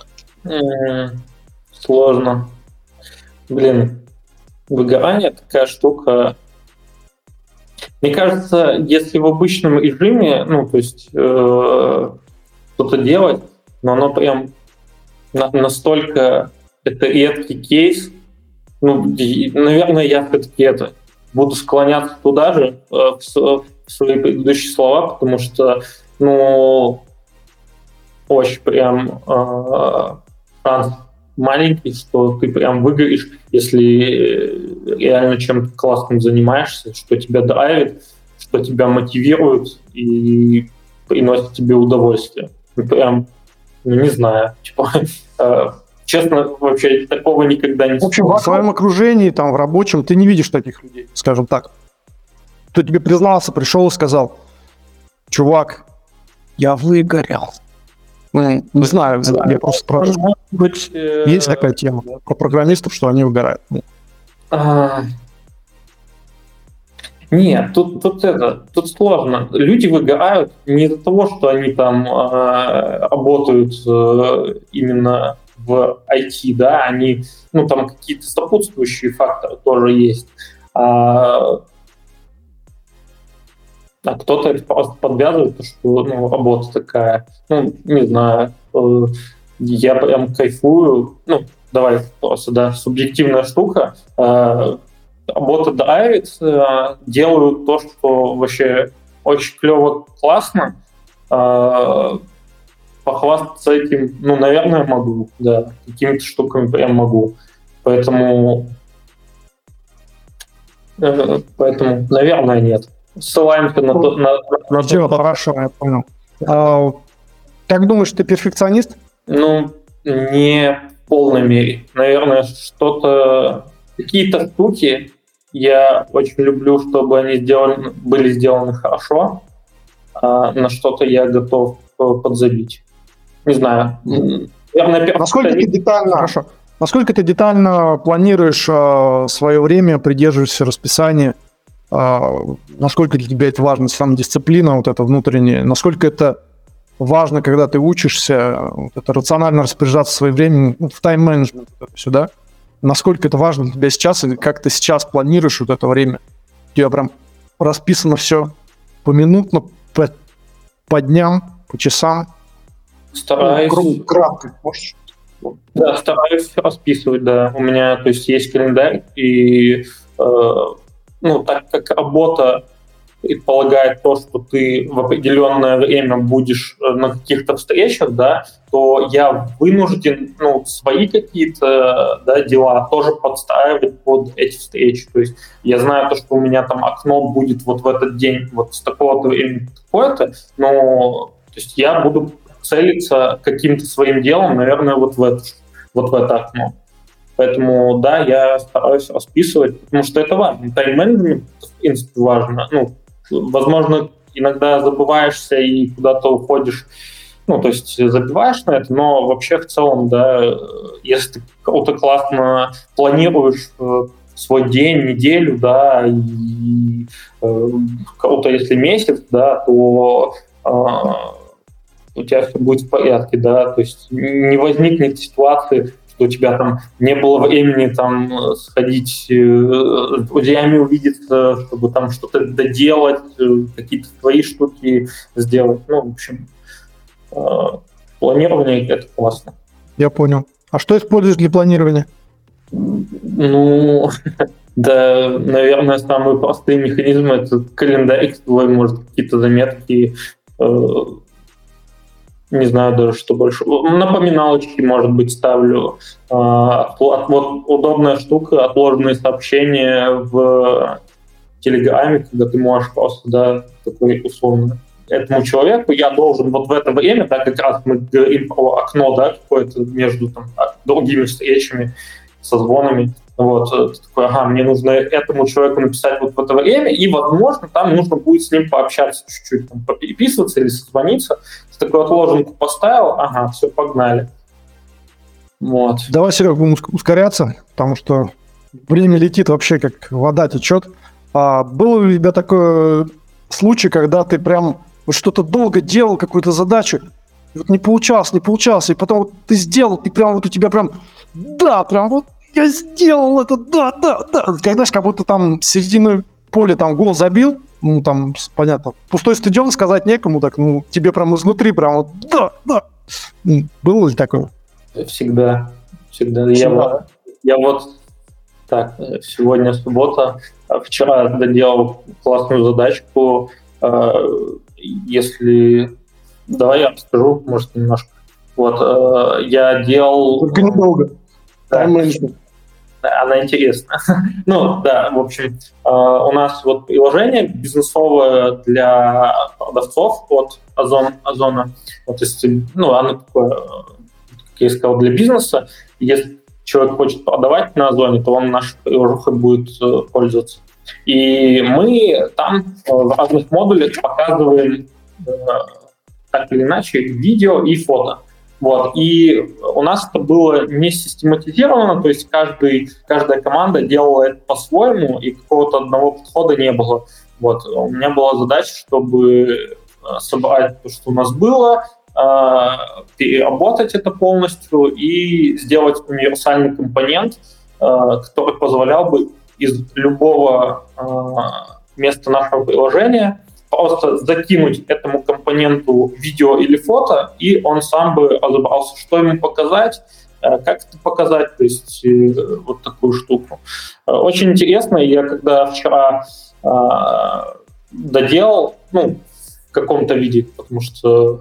Сложно. Выгорание такая штука. Мне кажется, если в обычном режиме, что-то делать, но оно прям настолько это редкий кейс, наверное, я все-таки буду склоняться туда же, в свои предыдущие слова, потому что, очень прям шанс маленький, что ты прям выгоришь, если реально чем-то классным занимаешься, что тебя драйвит, что тебя мотивирует и приносит тебе удовольствие. Прям, не знаю, честно, вообще такого никогда не... В общем, в своем окружении, там, в рабочем, ты не видишь таких людей, скажем так. Кто тебе признался, пришел и сказал, чувак, я выгорел. Не знаю, я просто спрашиваю. Есть такая тема про программистов, что они выгорают? Нет, тут сложно. Люди выгорают не из-за того, что они там работают именно в IT, да, они, там какие-то сопутствующие факторы тоже есть. А кто-то это просто подвязывает, что работа такая, не знаю, я прям кайфую, давай просто, да, субъективная штука, работа драйвит, делаю то, что вообще очень клево, классно, похвастаться этим, наверное, могу, да, какими-то штуками прям могу, поэтому, наверное, нет. Ссылаемся на Хорошо, я понял. Как думаешь, ты перфекционист? Не в полной мере. Наверное, какие-то штуки я очень люблю, чтобы они были сделаны хорошо, а на что-то я готов подзабить. Не знаю. Наверное, Насколько ты детально планируешь свое время, придерживаешься расписания? Насколько для тебя это важно, самодисциплина вот эта внутренняя, насколько это важно, когда ты учишься, это рационально распоряжаться своим временем, в тайм-менеджмент сюда, насколько это важно для тебя сейчас, и как ты сейчас планируешь вот это время? У тебя прям расписано все поминутно, по дням, по часам? Стараюсь. Кратко, можешь? Да, стараюсь расписывать, да. У меня, то есть календарь, и так как работа предполагает то, что ты в определенное время будешь на каких-то встречах, да, то я вынужден, свои какие-то, да, дела тоже подстраивать под эти встречи. То есть я знаю то, что у меня там окно будет вот в этот день, вот с такого-то времени такое-то, но то есть я буду целиться каким-то своим делом, наверное, вот в это окно. Поэтому, да, я стараюсь расписывать, потому что это важно. Тайм-менеджмент, в принципе, важно. Возможно, иногда забываешься и куда-то уходишь, то есть забиваешь на это, но вообще в целом, да, если ты круто классно планируешь свой день, неделю, да, и круто, если месяц, да, то у тебя все будет в порядке, да, то есть не возникнет ситуации, что у тебя там не было времени там сходить с друзьями увидеться, чтобы там что-то доделать, какие-то свои штуки сделать. В общем, планирование — это классно. Я понял. А что используешь для планирования? Да, наверное, самые простые механизмы — это календарь, свой, может, какие-то заметки, не знаю даже, что больше. Напоминалочки, может быть, ставлю. Вот удобная штука — отложенные сообщения в Телеграме, когда ты можешь просто, да, такой условно этому человеку я должен вот в это время, да, как раз мы говорим про окно, да, какое-то между там другими встречами, созвонами. Вот, ты такой, мне нужно этому человеку написать вот в это время, и, возможно, там нужно будет с ним пообщаться чуть-чуть, там, попереписываться или созвониться. Ты такую отложенку поставил, все, погнали. Вот. Давай, Серег, будем ускоряться, потому что время летит вообще как вода течет. Был ли у тебя такой случай, когда ты прям вот что-то долго делал, какую-то задачу, вот не получалось, и потом вот ты сделал, ты прям вот у тебя прям, да, прям вот я сделал это, да. Когда как будто там с середины поля там гол забил, там, понятно, пустой стадион, сказать некому, так, тебе прям изнутри прям вот, да. Было ли такое? Всегда. Я вот так, сегодня суббота, вчера доделал классную задачку, давай я расскажу, может, немножко. Вот, я делал... Только недолго. Да. Она интересна. В общем, у нас вот приложение бизнесовое для продавцов от Озона. Вот, то есть, оно такое, как я сказал, для бизнеса. Если человек хочет продавать на Озоне, то он нашей приложухой будет пользоваться. И мы там в разных модулях показываем так или иначе видео и фото. Вот. И у нас это было не систематизировано, то есть каждая команда делала это по-своему, и какого-то одного подхода не было. Вот. У меня была задача, чтобы собрать то, что у нас было, переработать это полностью и сделать универсальный компонент, который позволял бы из любого места нашего приложения просто закинуть этому компоненту видео или фото, и он сам бы разобрался, что ему показать, как это показать, то есть вот такую штуку. Очень интересно, я когда вчера доделал, в каком-то виде, потому что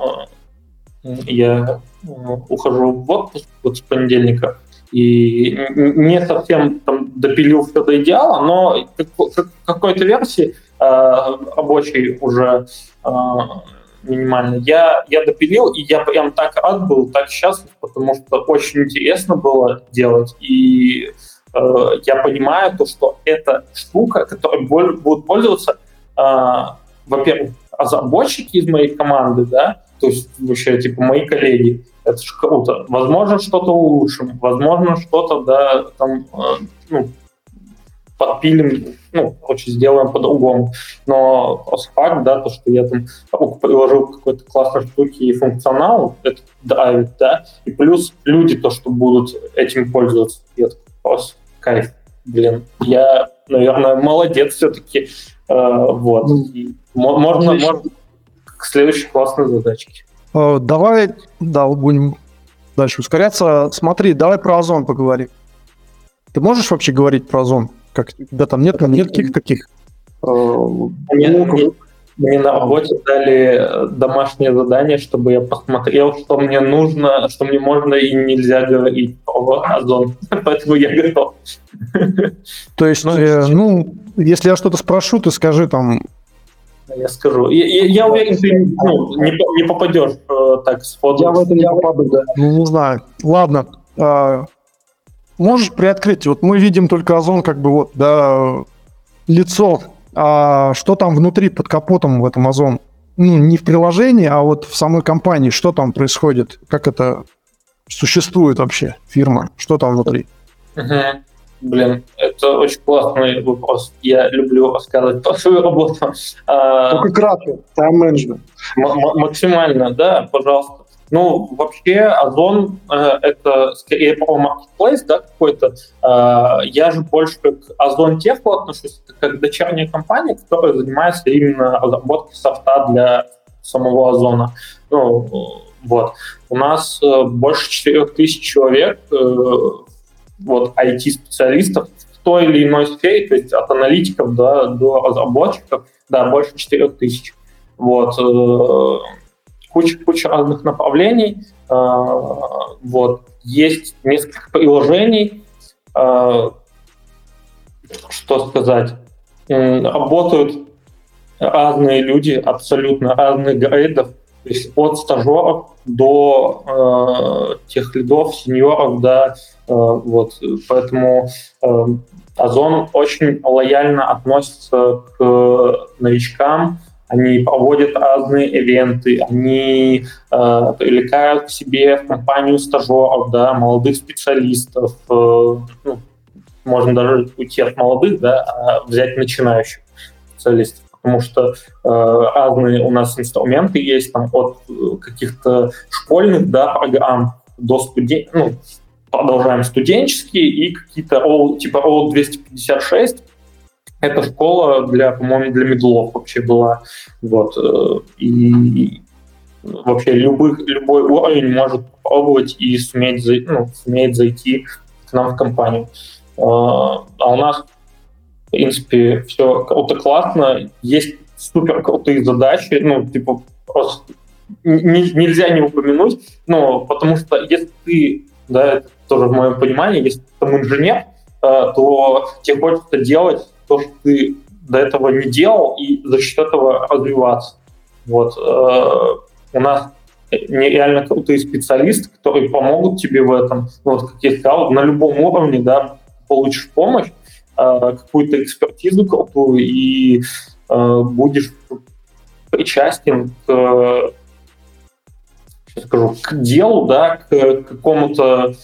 я ухожу в отпуск вот с понедельника, и не совсем там допилил все до идеала, но какой-то версии рабочий уже минимально я допилил, и я прям так рад был, так счастлив, потому что очень интересно было делать, и я понимаю то, что эта штука, которой будут пользоваться, во-первых, разработчики из моей команды, да, то есть вообще типа мои коллеги, это же круто. Возможно, что-то улучшим, возможно, что-то, да, там, подпилим, сделаем по-другому. Но просто факт, да, то, что я там приложил к какой-то классной штуке и функционал, это драйвит, да, и плюс люди то, что будут этим пользоваться. Это просто кайф. Блин, я, наверное, молодец все-таки. Вот. И можно к следующей классной задачке. Давай, да, будем дальше ускоряться. Смотри, давай про Озон поговорим. Ты можешь вообще говорить про Озон? Как, да, там нет каких таких? Мне на работе дали домашнее задание, чтобы я посмотрел, что мне нужно, что мне можно и нельзя говорить про Озон. Поэтому я готов. То есть, если я что-то спрошу, ты скажи там... Я скажу. Я уверен, ты не попадешь так сходу. Я в это не попаду, да. Не знаю. Ладно. Можешь приоткрыть? Вот мы видим только Озон, как бы вот, да, лицо. А что там внутри, под капотом в этом Озон? Не в приложении, а вот в самой компании. Что там происходит? Как это существует вообще, фирма? Что там внутри? Блин, это очень классный вопрос. Я люблю рассказывать про свою работу. Только кратко, тайм-менеджмент. Максимально, да, пожалуйста. Вообще, Озон это скорее про marketplace, да, какой-то. Я же больше к Озон Теху отношусь, как дочерняя компания, которая занимается именно разработкой софта для самого Озона. Вот. У нас больше 4000 человек, IT-специалистов в той или иной сфере, то есть от аналитиков, да, до разработчиков, да, больше 4000. Вот. Куча разных направлений. Вот. Есть несколько приложений. Что сказать? Работают разные люди, абсолютно разных грейдов, то есть от стажеров до тех лидов, сеньоров, да, вот. Поэтому Озон очень лояльно относится к новичкам. Они проводят разные ивенты, они привлекают к себе в компанию стажеров, да, молодых специалистов. Можно даже уйти от молодых, да, а взять начинающих специалистов, потому что разные у нас инструменты есть, там, от каких-то школьных, да, программ до студентов, продолжаем студенческие и какие-то типа OL256. Это школа по-моему, для медлов вообще была. Вот. И вообще любой уровень может попробовать и суметь зайти к нам в компанию. А у нас, в принципе, все круто, классно. Есть супер крутые задачи. Просто нельзя не упомянуть. Потому что если ты, да, это тоже в моем понимании, если ты там инженер, то тебе хочется делать то, что ты до этого не делал, и за счет этого развиваться. Вот. У нас нереально крутые специалисты, которые помогут тебе в этом. Как я сказал, на любом уровне, да, получишь помощь, какую-то экспертизу крутую, и будешь причастен к делу, да, к какому-то,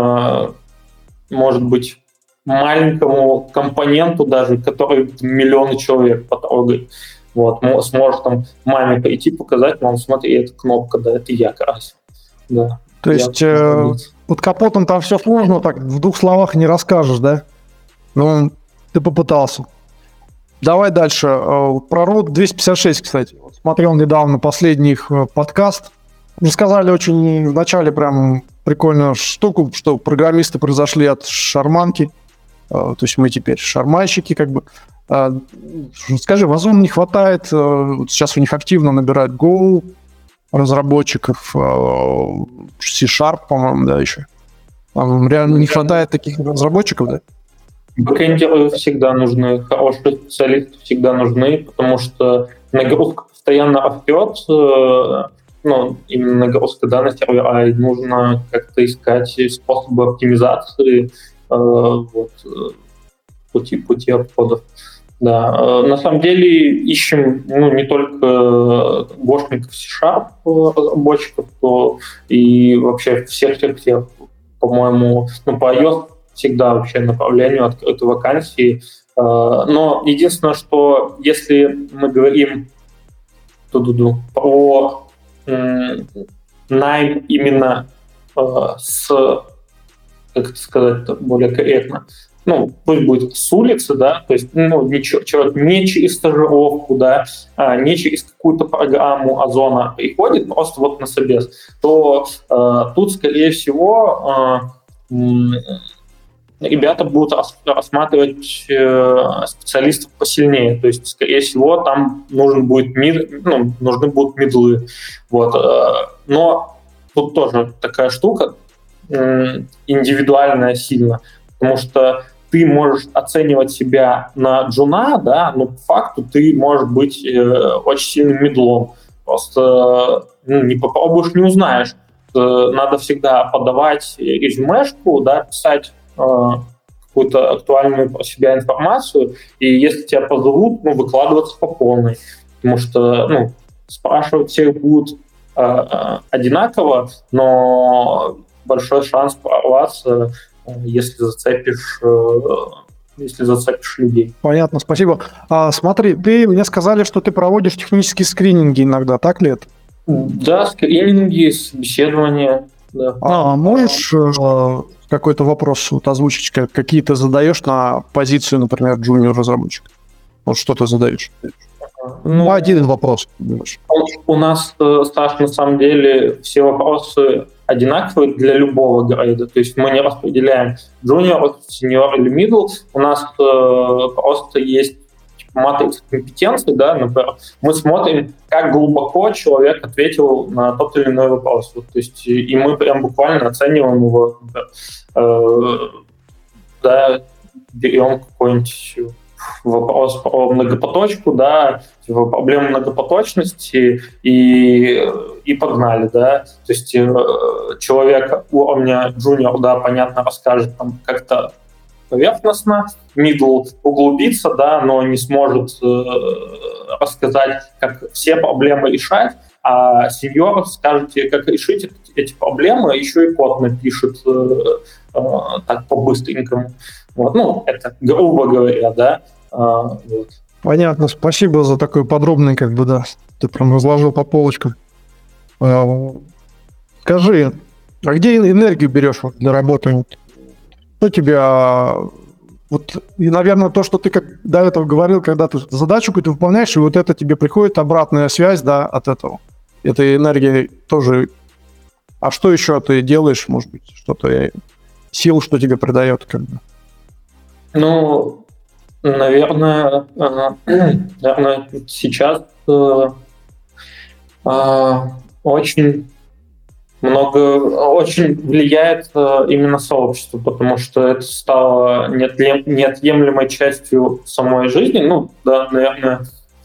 может быть, маленькому компоненту даже, который миллионы человек потрогает. Вот. Сможешь там маме прийти, показать, мам, смотри, это кнопка, да, это я красил. Да. То есть под капотом там все сложно, так в 2 словах не расскажешь, да? Ты попытался. Давай дальше. Про ROAD 256, кстати. Смотрел недавно последний их подкаст. Рассказали очень в начале прям прикольную штуку, что программисты произошли от шарманки. То есть мы теперь шарманщики, как бы. Скажи, в Озон не хватает, сейчас у них активно набирают Go разработчиков, C-Sharp, по-моему, да, еще. Реально не хватает таких разработчиков, да? Бэкэндеры всегда нужны, хорошие специалисты всегда нужны, потому что нагрузка постоянно растет, именно нагрузка, да, на сервера, и нужно как-то искать способы оптимизации пути обходов. Да. На самом деле ищем не только гошников C-Sharp разработчиков, то и вообще всех, по-моему, по iOS всегда вообще направлению открыты вакансии. Но единственное, что если мы говорим про найм именно как это сказать более корректно, пусть будет с улицы, да, то есть, человек не через стажировку, да, не через какую-то программу Озона приходит, просто вот на собес, то тут, скорее всего, ребята будут рассматривать специалистов посильнее, то есть, скорее всего, там нужны будут мидлы, вот, но тут тоже такая штука индивидуальная сильно, потому что ты можешь оценивать себя на джуна, да, но по факту ты можешь быть очень сильным мидлом. Просто не попробуешь, не узнаешь. Надо всегда подавать резюмешку, да, писать какую-то актуальную про себя информацию, и если тебя позовут, выкладываться по полной. Потому что спрашивать всех будут одинаково, но большой шанс прорваться, если зацепишь людей. Понятно, спасибо. Смотри, ты мне сказали, что ты проводишь технические скрининги иногда, так ли это? Да, скрининги, собеседования. Да. Можешь какой-то вопрос озвучить, какие ты задаешь на позицию, например, джуниор-разработчика? Вот что ты задаешь? Один вопрос. У нас, Саш, на самом деле все вопросы одинаковые для любого грейда. То есть мы не распределяем junior, senior или middle. У нас просто есть матрица компетенций, да, например. Мы смотрим, как глубоко человек ответил на тот или иной вопрос. Вот, то есть, и мы прям буквально оцениваем его, берем какой-нибудь вопрос про многопоточку, да, проблему многопоточности и погнали, да. То есть человек уровня junior, да, понятно, расскажет там как-то поверхностно, middle углубится, да, но не сможет рассказать, как все проблемы решать, а senior скажет, как решить эти проблемы, еще и код напишет так по-быстренькому. Вот. Это грубо говоря, да. Вот. Понятно, спасибо за такой подробный, да, ты прям разложил по полочкам. Скажи, а где энергию берешь для работы? Что тебя... и, наверное, то, что ты до этого говорил, когда ты задачу какую-то выполняешь, и вот это тебе приходит обратная связь, да, от этого. Этой энергии тоже... А что еще ты делаешь, может быть, что-то сил, что тебе придает, Наверное, сейчас очень влияет именно сообщество, потому что это стало неотъемлемой частью самой жизни. Наверное,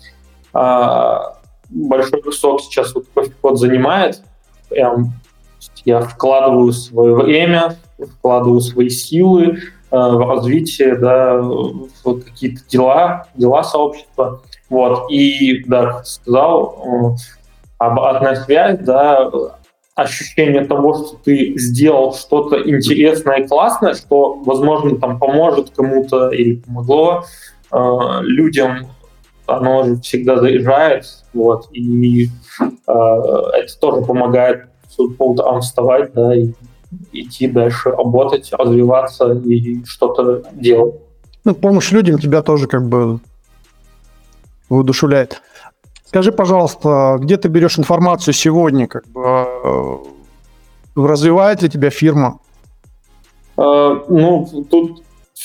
большой кусок сейчас кофе-код занимает. Я вкладываю свое время, вкладываю свои силы в развитие, да, в какие-то дела сообщества. Вот. И, да, как ты сказал, обратная связь, да, ощущение того, что ты сделал что-то интересное и классное, что, возможно, там поможет кому-то или помогло людям, оно же всегда заряжает, вот, и это тоже помогает по утрам вставать, да, и идти дальше, работать, развиваться и что-то делать. Помощь людям тебя тоже воодушевляет. Скажи, пожалуйста, где ты берешь информацию сегодня? Развивает ли тебя фирма? Тут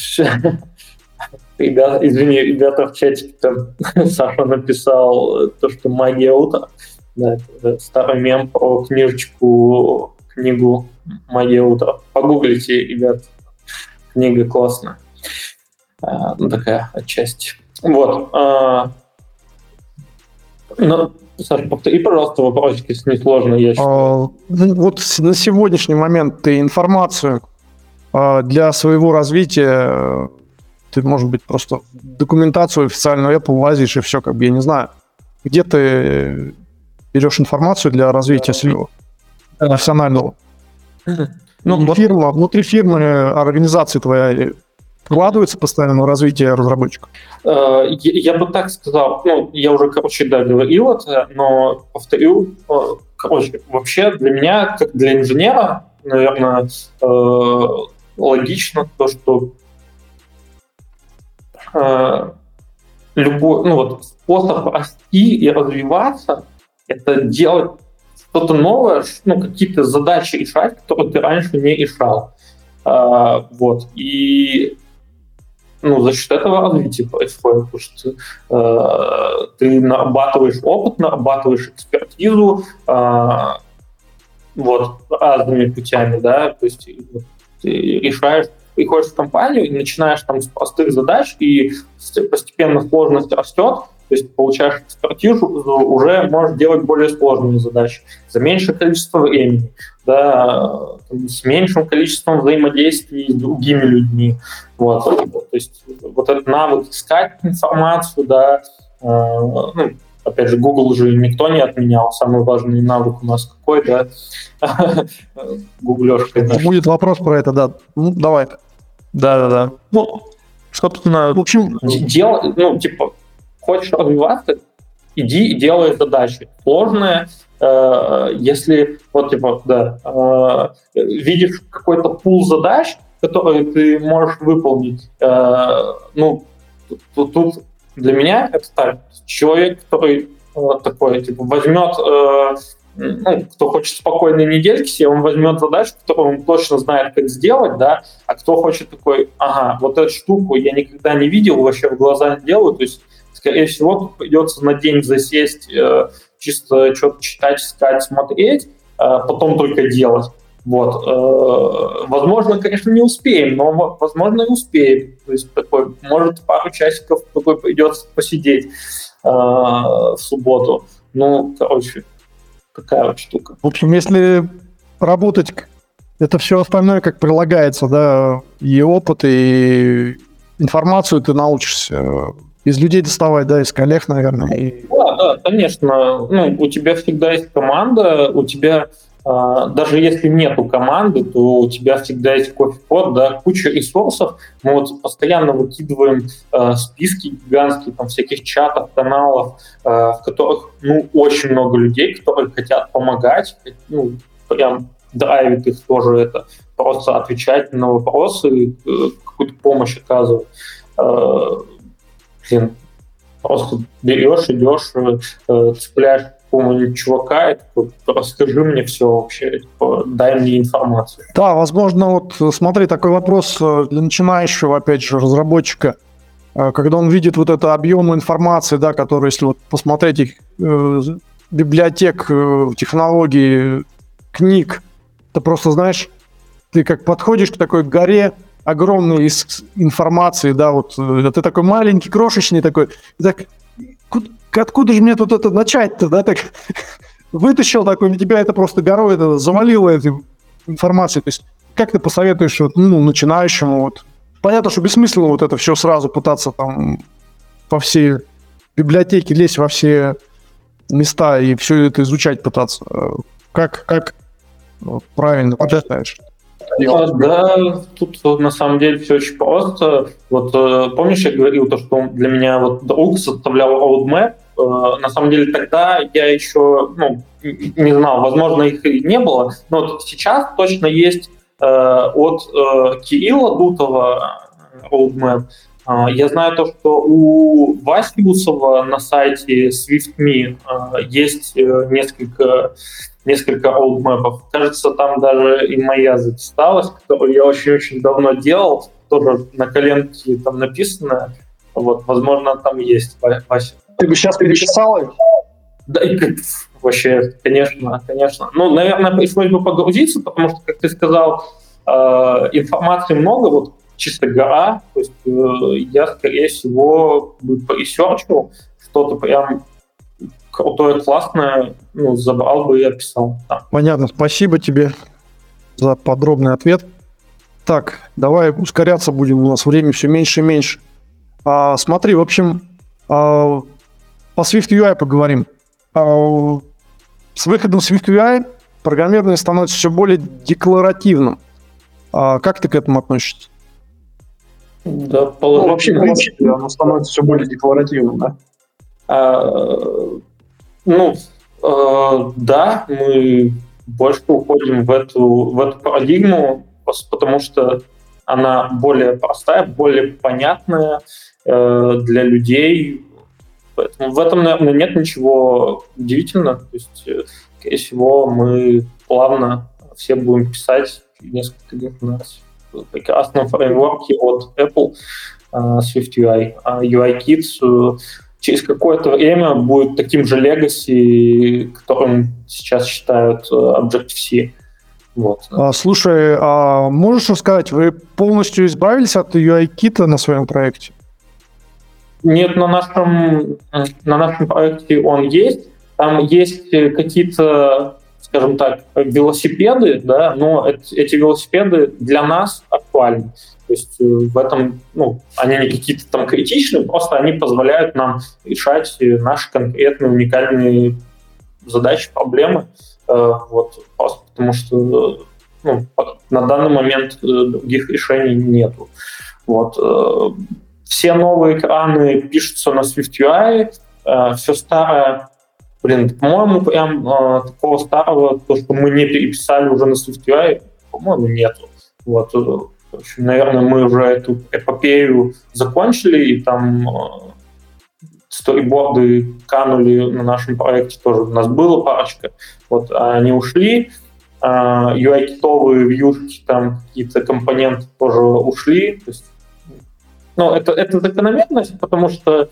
ребята в чатике там Саша написал то, что магия утра. Да, это старый мем про книгу «Магия утра». Погуглите, ребят, книга классная. Такая отчасти. Вот. Саша, повтори, пожалуйста, вопросик, если не сложно. Вот на сегодняшний момент ты информацию для своего развития, ты, может быть, просто документацию официальную Apple лазишь, и все, я не знаю. Где ты берешь информацию для развития своего профессионального? Внутри фирмы, организации твоя вкладывается постоянно в развитие разработчиков? Я бы так сказал, я уже, говорил это, но повторю, вообще для меня, как для инженера, наверное, логично то, что любой, способ расти и развиваться, это делать что-то новое, какие-то задачи решать, которые ты раньше не решал. И за счет этого развитие происходит, потому что ты нарабатываешь опыт, нарабатываешь экспертизу разными путями, да, то есть ты решаешь, приходишь в компанию и начинаешь там с простых задач, и постепенно сложность растет, то есть получаешь экспертизу, уже можешь делать более сложные задачи за меньшее количество времени, да, с меньшим количеством взаимодействий с другими людьми. То есть этот навык искать информацию, да, опять же, Google же никто не отменял, самый важный навык у нас какой, да, гуглёшка. Будет вопрос про это, да. Давай. Да. Собственно, в общем, хочешь развиваться, иди и делай задачи. Сложные, если видишь какой-то пул задач, которые ты можешь выполнить, тут для меня это так. Человек, который такой, возьмет, кто хочет спокойной недельки себе, он возьмет задачу, которую он точно знает, как сделать, да, а кто хочет такой, вот эту штуку я никогда не видел, вообще в глаза не делаю, то есть, скорее всего, тут придется на день засесть, чисто что-то читать, искать, смотреть, потом только делать. Возможно, конечно, не успеем, но, возможно, и успеем. То есть такой, может, пару часиков такой придется посидеть в субботу. Такая вот штука. В общем, если работать, это все остальное как прилагается, да, и опыт, и информацию ты научишься из людей доставать, да, из коллег, наверное. Да, конечно. У тебя всегда есть команда, у тебя даже если нету команды, то у тебя всегда есть кофе-код, да, куча ресурсов. Мы постоянно выкидываем списки гигантские, там, всяких чатов, каналов, в которых, очень много людей, которые хотят помогать, прям драйвит их тоже это, просто отвечать на вопросы, какую-то помощь оказывать. Просто берешь, идешь, цепляешь какого-нибудь чувака и такой, расскажи мне все вообще, дай мне информацию. Да, возможно, смотри, такой вопрос для начинающего, опять же, разработчика, когда он видит этот объем информации, да, который, если посмотреть их библиотек, технологий, книг, ты просто, знаешь, ты как подходишь к такой горе огромной информации, да, ты такой маленький, крошечный такой, так, откуда же мне тут это начать-то, да, так вытащил такой, на тебя это просто горой это завалило этой информацией, то есть как ты посоветуешь начинающему, понятно, что бессмысленно это все сразу пытаться там по всей библиотеке лезть во все места и все это изучать пытаться, как правильно подставишь? Да, тут на самом деле все очень просто. Помнишь, я говорил, что для меня друг составлял roadmap. На самом деле тогда я еще не знал, возможно, их и не было, но сейчас точно есть от Кирилла Дутова roadmap. Я знаю что у Васи Усова на сайте SwiftMe есть несколько роудмэпов. Кажется, там даже и моя зачиталась, которую я очень-очень давно делал, тоже на коленке там написано. Возможно, там есть, Вася. Ты бы сейчас переписал их? Да, вообще, конечно. Наверное, пришлось бы погрузиться, потому что, как ты сказал, информации много, чисто гора, то есть я, скорее всего, бы поресерчил что-то прям крутое, классное, забрал бы и описал. Да. Понятно, спасибо тебе за подробный ответ. Так, давай ускоряться будем, у нас время все меньше и меньше. Смотри, в общем, по SwiftUI поговорим. С выходом SwiftUI программирование становится все более декларативным. Как ты к этому относишься? Да, вообще, в принципе, оно становится все более декларативным, да? Да, мы больше уходим в эту парадигму, потому что она более простая, более понятная, для людей. Поэтому в этом, наверное, нет ничего удивительного. То есть, скорее всего, мы плавно все будем писать несколько лет на прекрасном фреймворке от Apple SwiftUI. А UIKit через какое-то время будет таким же legacy, которым сейчас считают Objective-C. Вот. Слушай, можешь рассказать, вы полностью избавились от UI-кита на своем проекте? Нет, на нашем проекте он есть. Там есть какие-то, скажем так, велосипеды, да, но эти велосипеды для нас актуальны. То есть в этом, они не какие-то там критичные, просто они позволяют нам решать наши конкретные уникальные задачи, проблемы. Вот, просто потому что на данный момент других решений нету. Вот. Все новые экраны пишутся на SwiftUI, все старое, по-моему, прям такого старого, то, что мы не переписали уже на SwiftUI, по-моему, нету. Вот. В общем, наверное, мы уже эту эпопею закончили, и там сториборды канули на нашем проекте тоже. У нас было парочка, вот, они ушли. UI-китовые вьюшки, там какие-то компоненты тоже ушли. То есть, это закономерность, потому что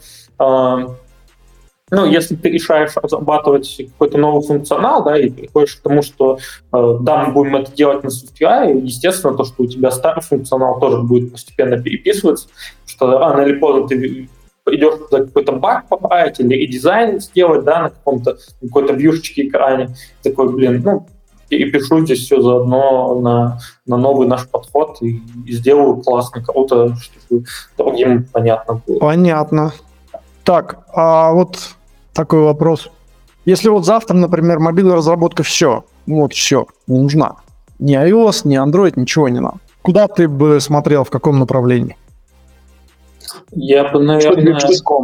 если ты решаешь разрабатывать какой-то новый функционал, да, и приходишь к тому, что да, мы будем это делать на SwiftUI, естественно, то, что у тебя старый функционал тоже будет постепенно переписываться, что рано или поздно ты идешь за какой-то баг поправить или редизайн сделать, да, на какой-то вьюшечке экране, такой, перепишу здесь все заодно на новый наш подход и сделаю классно, круто, чтобы другим понятно было. Понятно. Так, а вот такой вопрос. Если вот завтра, например, мобильная разработка все, не нужна. Ни iOS, ни Android, ничего не надо. Куда ты бы смотрел, в каком направлении? Я бы, наверное...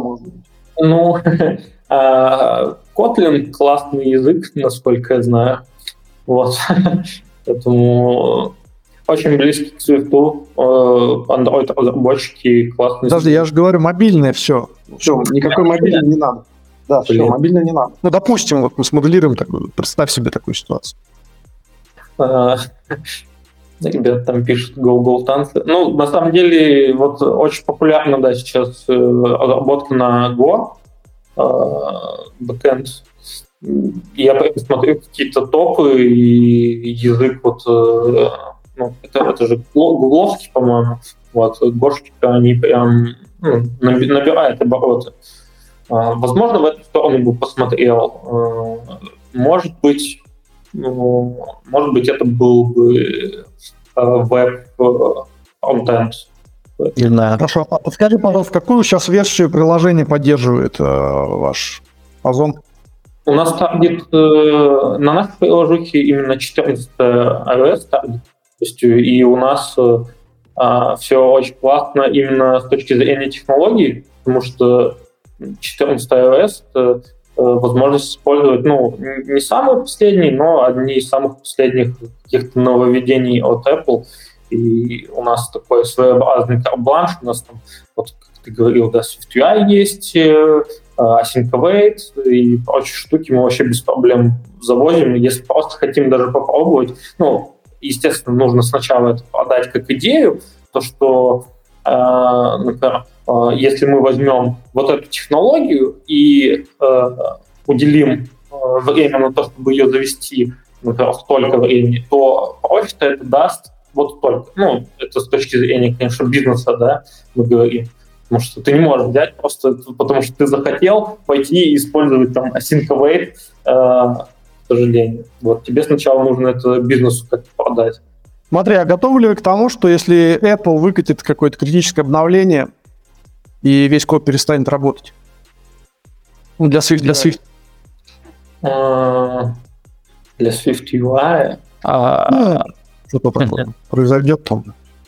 Kotlin классный язык, насколько я знаю. Вот. Поэтому очень близкий к Swift, Android-разработчики классные. Подожди, я же говорю, мобильное все. Все, никакой мобильный не надо. Да, все, мобильный не надо. Допустим, вот мы смоделируем такую, представь себе такую ситуацию. Ребята там пишут go танцы. На самом деле, вот очень популярна, да, сейчас разработка на Go, бэкэнд. Я смотрю какие-то топы, и язык это же гугловский, по-моему, вот, гошки, они прям набирают обороты. Возможно, в эту сторону бы посмотрел. Может быть, это был бы веб-контент. Не знаю. Хорошо, подскажи, пожалуйста, какую сейчас версию приложения поддерживает ваш Озон? У нас таргет на нашей приложухе именно 14 iOS таргет. То есть, и у нас все очень классно именно с точки зрения технологий, потому что 14 iOS — это возможность использовать, не самый последний, но одни из самых последних каких-то нововведений от Apple. И у нас такой своеобразный карт-бланш. У нас там, вот как ты говорил, да, SwiftUI есть, Async Await и прочие штуки мы вообще без проблем завозим. Если просто хотим даже попробовать, естественно, нужно сначала это продать как идею, то, что, например, если мы возьмем вот эту технологию и уделим время на то, чтобы ее завести, например, столько времени, то профита это даст вот столько. Это с точки зрения, конечно, бизнеса, да, мы говорим. Потому что ты не можешь взять просто потому, что ты захотел пойти и использовать там Async Await, к сожалению. Вот тебе сначала нужно это бизнесу как-то продать. Смотри, а готовы ли вы к тому, что если Apple выкатит какое-то критическое обновление и весь код перестанет работать? Для Swift. Для SwiftUI? Что-то такое произойдет там.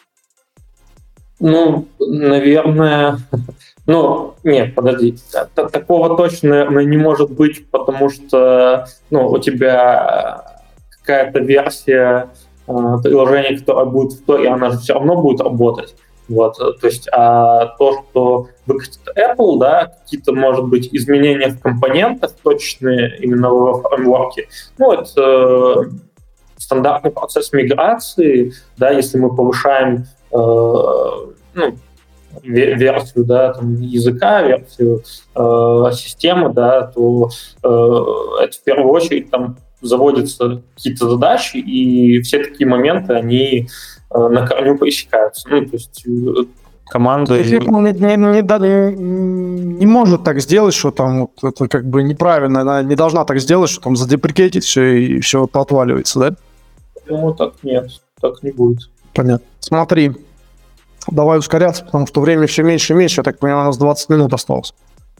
Наверное... нет, подожди. Такого точно, наверное, не может быть, потому что у тебя какая-то версия приложения, которая будет в Store, она же все равно будет работать. Вот, то есть, то, что выкатит Apple, да, какие-то, может быть, изменения в компонентах точные именно в фреймворке, ну, это стандартный процесс миграции, да, если мы повышаем, ну, версию, да, там, языка, версию системы, да, то это в первую очередь там заводятся какие-то задачи, и все такие моменты, они на корню пресекаются. Ну, то есть Команда... Apple не может так сделать, что там вот, это как бы неправильно, она не должна так сделать, что там задеприкетить все и все отваливается, да? Ну, так нет, так не будет. Понятно. Смотри, давай ускоряться, потому что время все меньше и меньше, я так понимаю, у нас 20 минут осталось.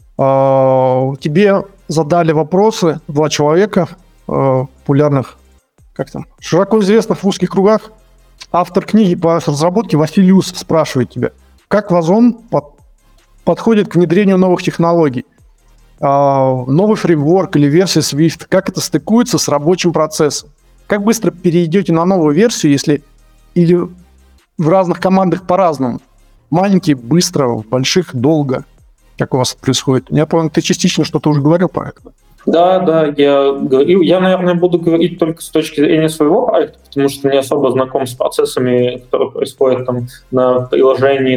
Тебе задали вопросы 2 человека, популярных, как там, широко известных в узких кругах. Автор книги по разработке Василиус спрашивает тебя, как Вазон подходит к внедрению новых технологий? Новый фреймворк или версия Swift, как это стыкуется с рабочим процессом? Как быстро перейдете на новую версию, если или в разных командах по-разному? Маленькие, быстро, в больших, долго. Как у вас это происходит? Я помню, ты частично что-то уже говорил про это. Да, я говорил. Я, наверное, буду говорить только с точки зрения своего проекта, потому что не особо знаком с процессами, которые происходят там на приложении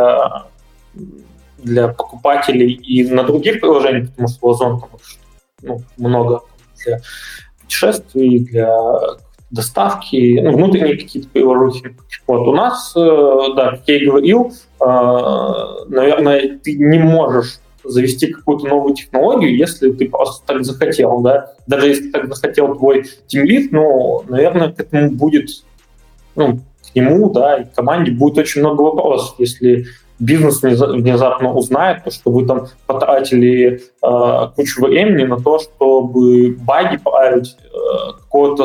для покупателей и на других приложениях, потому что Озон там много для путешествий, для доставки, внутренние какие-то приложухи. Вот у нас, да, как я и говорил, наверное, ты не можешь завести какую-то новую технологию, если ты просто так захотел, да. Даже если так захотел твой тимлид, ну, наверное, к этому будет, ну, к нему, да, и к команде будет очень много вопросов, если бизнес внезапно узнает, что вы там потратили кучу времени на то, чтобы баги править какой-то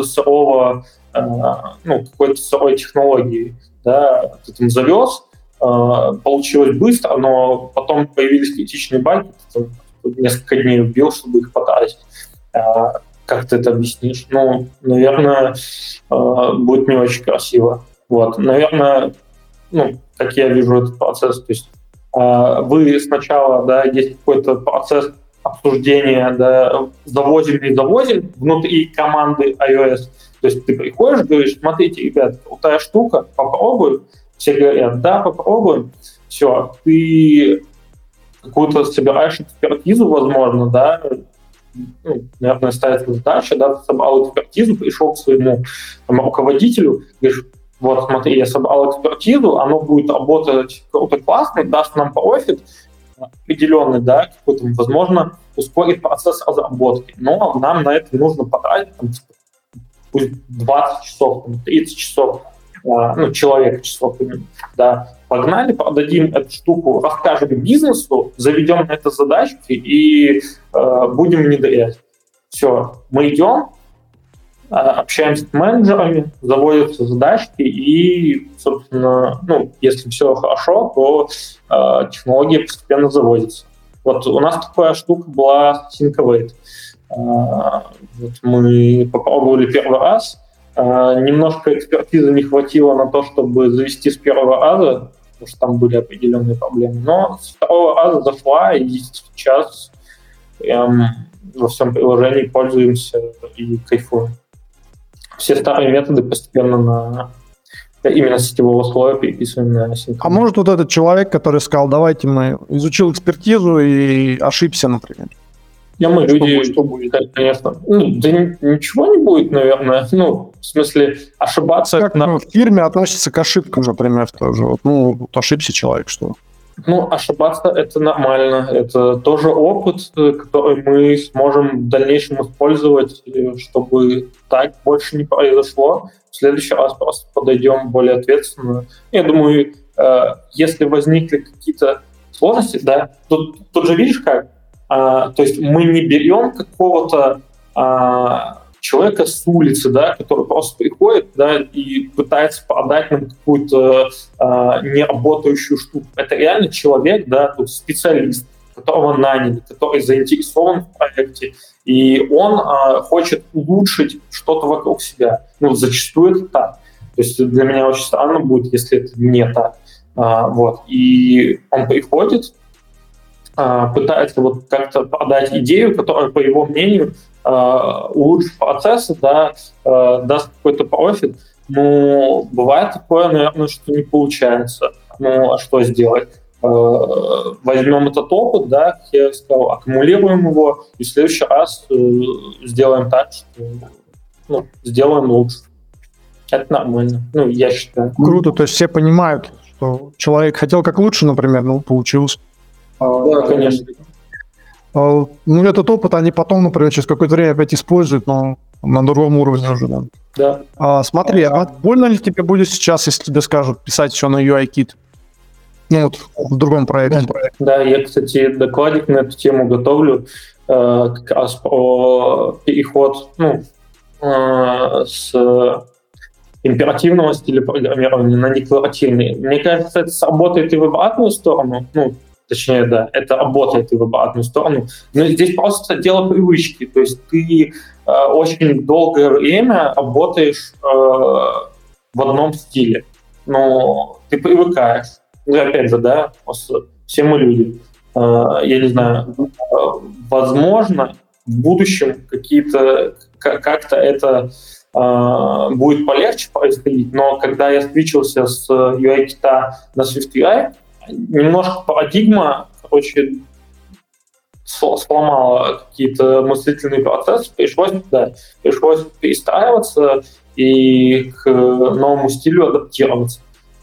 сырой технологии, да, ты там завез, получилось быстро, но потом появились критичные баги, ты там несколько дней убил, чтобы их потратить. Как ты это объяснишь? Ну, наверное, будет не очень красиво. Вот, наверное, ну, как я вижу этот процесс, то есть вы сначала, да, есть какой-то процесс обсуждения, да, завозим, не завозим внутри команды iOS, то есть ты приходишь, говоришь, смотрите, ребят, крутая штука, попробуем, все говорят, да, попробуем, все, ты какую-то собираешь экспертизу, возможно, да, ну, наверное, ставится задача, да, ты собрал экспертизу, пришел к своему там, руководителю, говоришь, вот, смотри, я собрал экспертизу, оно будет работать круто, классно, даст нам профит определенный, да, какой-то, возможно, ускорит процесс разработки. Но нам на это нужно потратить там, пусть 20 часов, там, 30 часов, ну, человека часов именно, да. Погнали, продадим эту штуку, расскажем бизнесу, заведем на это задачки и будем внедрять. Все, мы идем, общаемся с менеджерами, заводятся задачки и, собственно, ну, если все хорошо, то технология постепенно заводится. Вот у нас такая штука была Syncovate. Вот мы попробовали первый раз, немножко экспертизы не хватило на то, чтобы завести с первого раза, потому что там были определенные проблемы, но с второго раза зашла, и сейчас во всем приложении пользуемся и кайфуем. Все старые методы постепенно именно сетевого слоя переписываем на Syncovate. А может вот этот человек, который сказал, давайте мы изучил экспертизу и ошибся, например? Мы люди, что будет, конечно. Ну, да ничего не будет, наверное. Ну, в смысле, ошибаться... Как в фирме относится к ошибкам, например, тоже. Вот, ну, вот ошибся человек, что... Ну, ошибаться — это нормально. Это тоже опыт, который мы сможем в дальнейшем использовать, чтобы так больше не произошло. В следующий раз просто подойдем более ответственно. Я думаю, если возникли какие-то сложности, да, тут же видишь как, то есть мы не берем какого-то человека с улицы, да, который просто приходит, да, и пытается продать нам какую-то неработающую штуку. Это реально человек, да, тут специалист, которого наняли, который заинтересован в проекте, и он хочет улучшить что-то вокруг себя. Ну, зачастую это так. То есть для меня очень странно будет, если это не так. Вот. И он приходит, пытается вот как-то подать идею, которая, по его мнению, улучшит процессы, да, даст какой-то профит. Ну, бывает такое, наверное, что не получается. Ну, а что сделать? Возьмем этот опыт, да, как я сказал, аккумулируем его, и в следующий раз сделаем так, что сделаем лучше. Это нормально. Ну, я считаю. Круто, то есть все понимают, что человек хотел как лучше, например, ну, получилось. Да, конечно. Ну, этот опыт они потом, например, через какое-то время опять используют, но на другом уровне уже, да. Да. Смотри, больно ли тебе будет сейчас, если тебе скажут писать все на UIKit? Ну, вот в другом проекте. Да, я, кстати, докладик на эту тему готовлю, как раз про переход с императивного стиля программирования на декларативный. Мне кажется, это сработает и в обратную сторону. Точнее, да, это работает и в обратную сторону. Но здесь просто дело привычки. То есть ты очень долгое время работаешь в одном стиле. Но ты привыкаешь. Ну, опять же, да, все мы люди. Я не знаю, возможно, в будущем как-то это будет полегче происходить, но когда я свитчился с UI-кит на SwiftUI, немножко парадигма, сломала какие-то мыслительные процессы, пришлось перестраиваться и к новому стилю адаптироваться.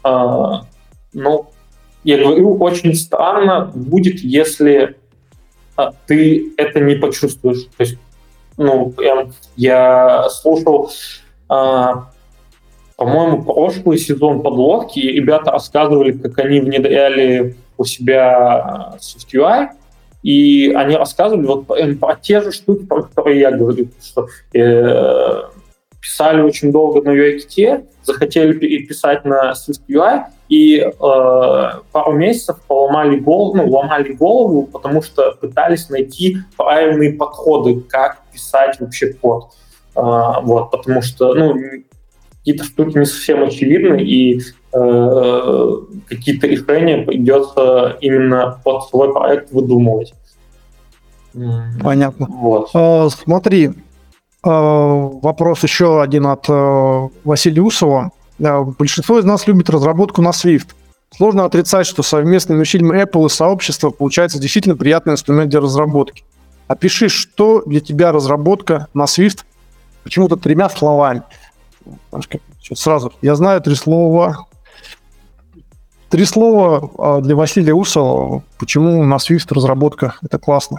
Я говорю, очень странно будет, если ты это не почувствуешь. То есть, прям я слушал, по-моему, прошлый сезон подлодки, и ребята рассказывали, как они внедряли у себя SwiftUI, и они рассказывали вот про те же штуки, про которые я говорю, что писали очень долго на UIKit, захотели переписать на SwiftUI, и пару месяцев ломали голову, потому что пытались найти правильные подходы, как писать вообще код. Потому что какие-то штуки не совсем очевидны, и какие-то решения придется именно под свой проект выдумывать. Понятно. Вот. Смотри, вопрос еще один от Василия Усова. Большинство из нас любит разработку на Swift. Сложно отрицать, что совместными усилиями Apple и сообщества получается действительно приятный инструмент для разработки. Опиши, что для тебя разработка на Swift почему-то 3 словами. Сразу. Я знаю 3 слова. 3 слова для Василия Усова. Почему на Swift разработка это классно?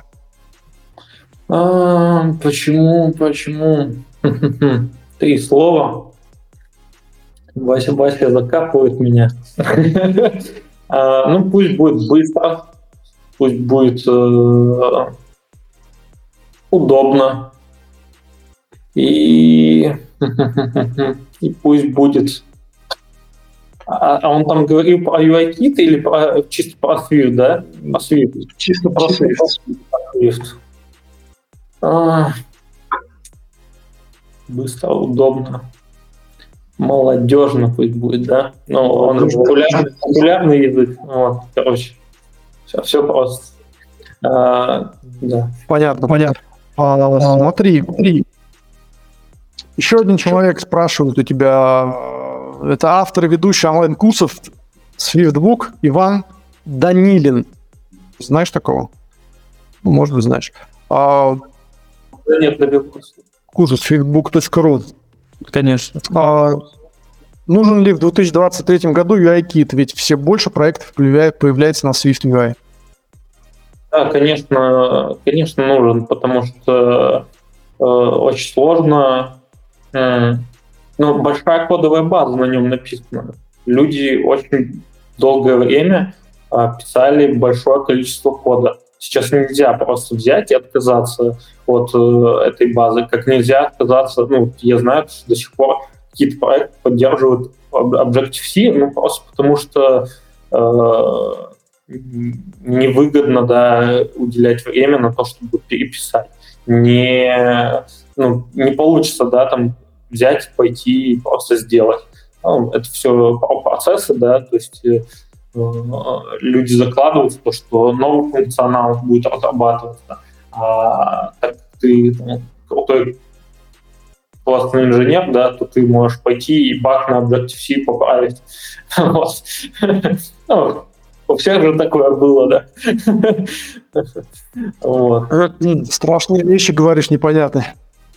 Почему? 3 слова. Вася закапывает меня. Пусть будет быстро, пусть будет удобно, и пусть будет... А он там говорил про UIKit или чисто про Swift, да? Про Swift. Чисто про Swift. Быстро, удобно. Молодежно пусть будет, да? Он же популярный язык. Все просто. Да. Понятно. Смотри. Еще один человек спрашивает у тебя, это автор и ведущий онлайн-курсов Swiftbook Иван Данилин. Знаешь такого? Может быть, знаешь. Нет, добил курс. Курс swiftbook.ru. Конечно. Нужен ли в 2023 году UIKit? Ведь все больше проектов появляется на SwiftUI. Да, конечно нужен, потому что очень сложно. Большая кодовая база на нем написана. Люди очень долгое время писали большое количество кода. Сейчас нельзя просто взять и отказаться от этой базы, как нельзя отказаться, я знаю, что до сих пор какие-то проекты поддерживают Objective-C, просто потому что невыгодно, уделять время на то, чтобы переписать. Не получится, взять, пойти и просто сделать. Это все процессы, то есть люди закладывают в то, что новый функционал будет разрабатываться, а так как ты крутой классный инженер, да, то ты можешь пойти и баг на Objective-C поправить. Вот. Ну, у всех же такое было, да. Вот. Страшные вещи говоришь, непонятные.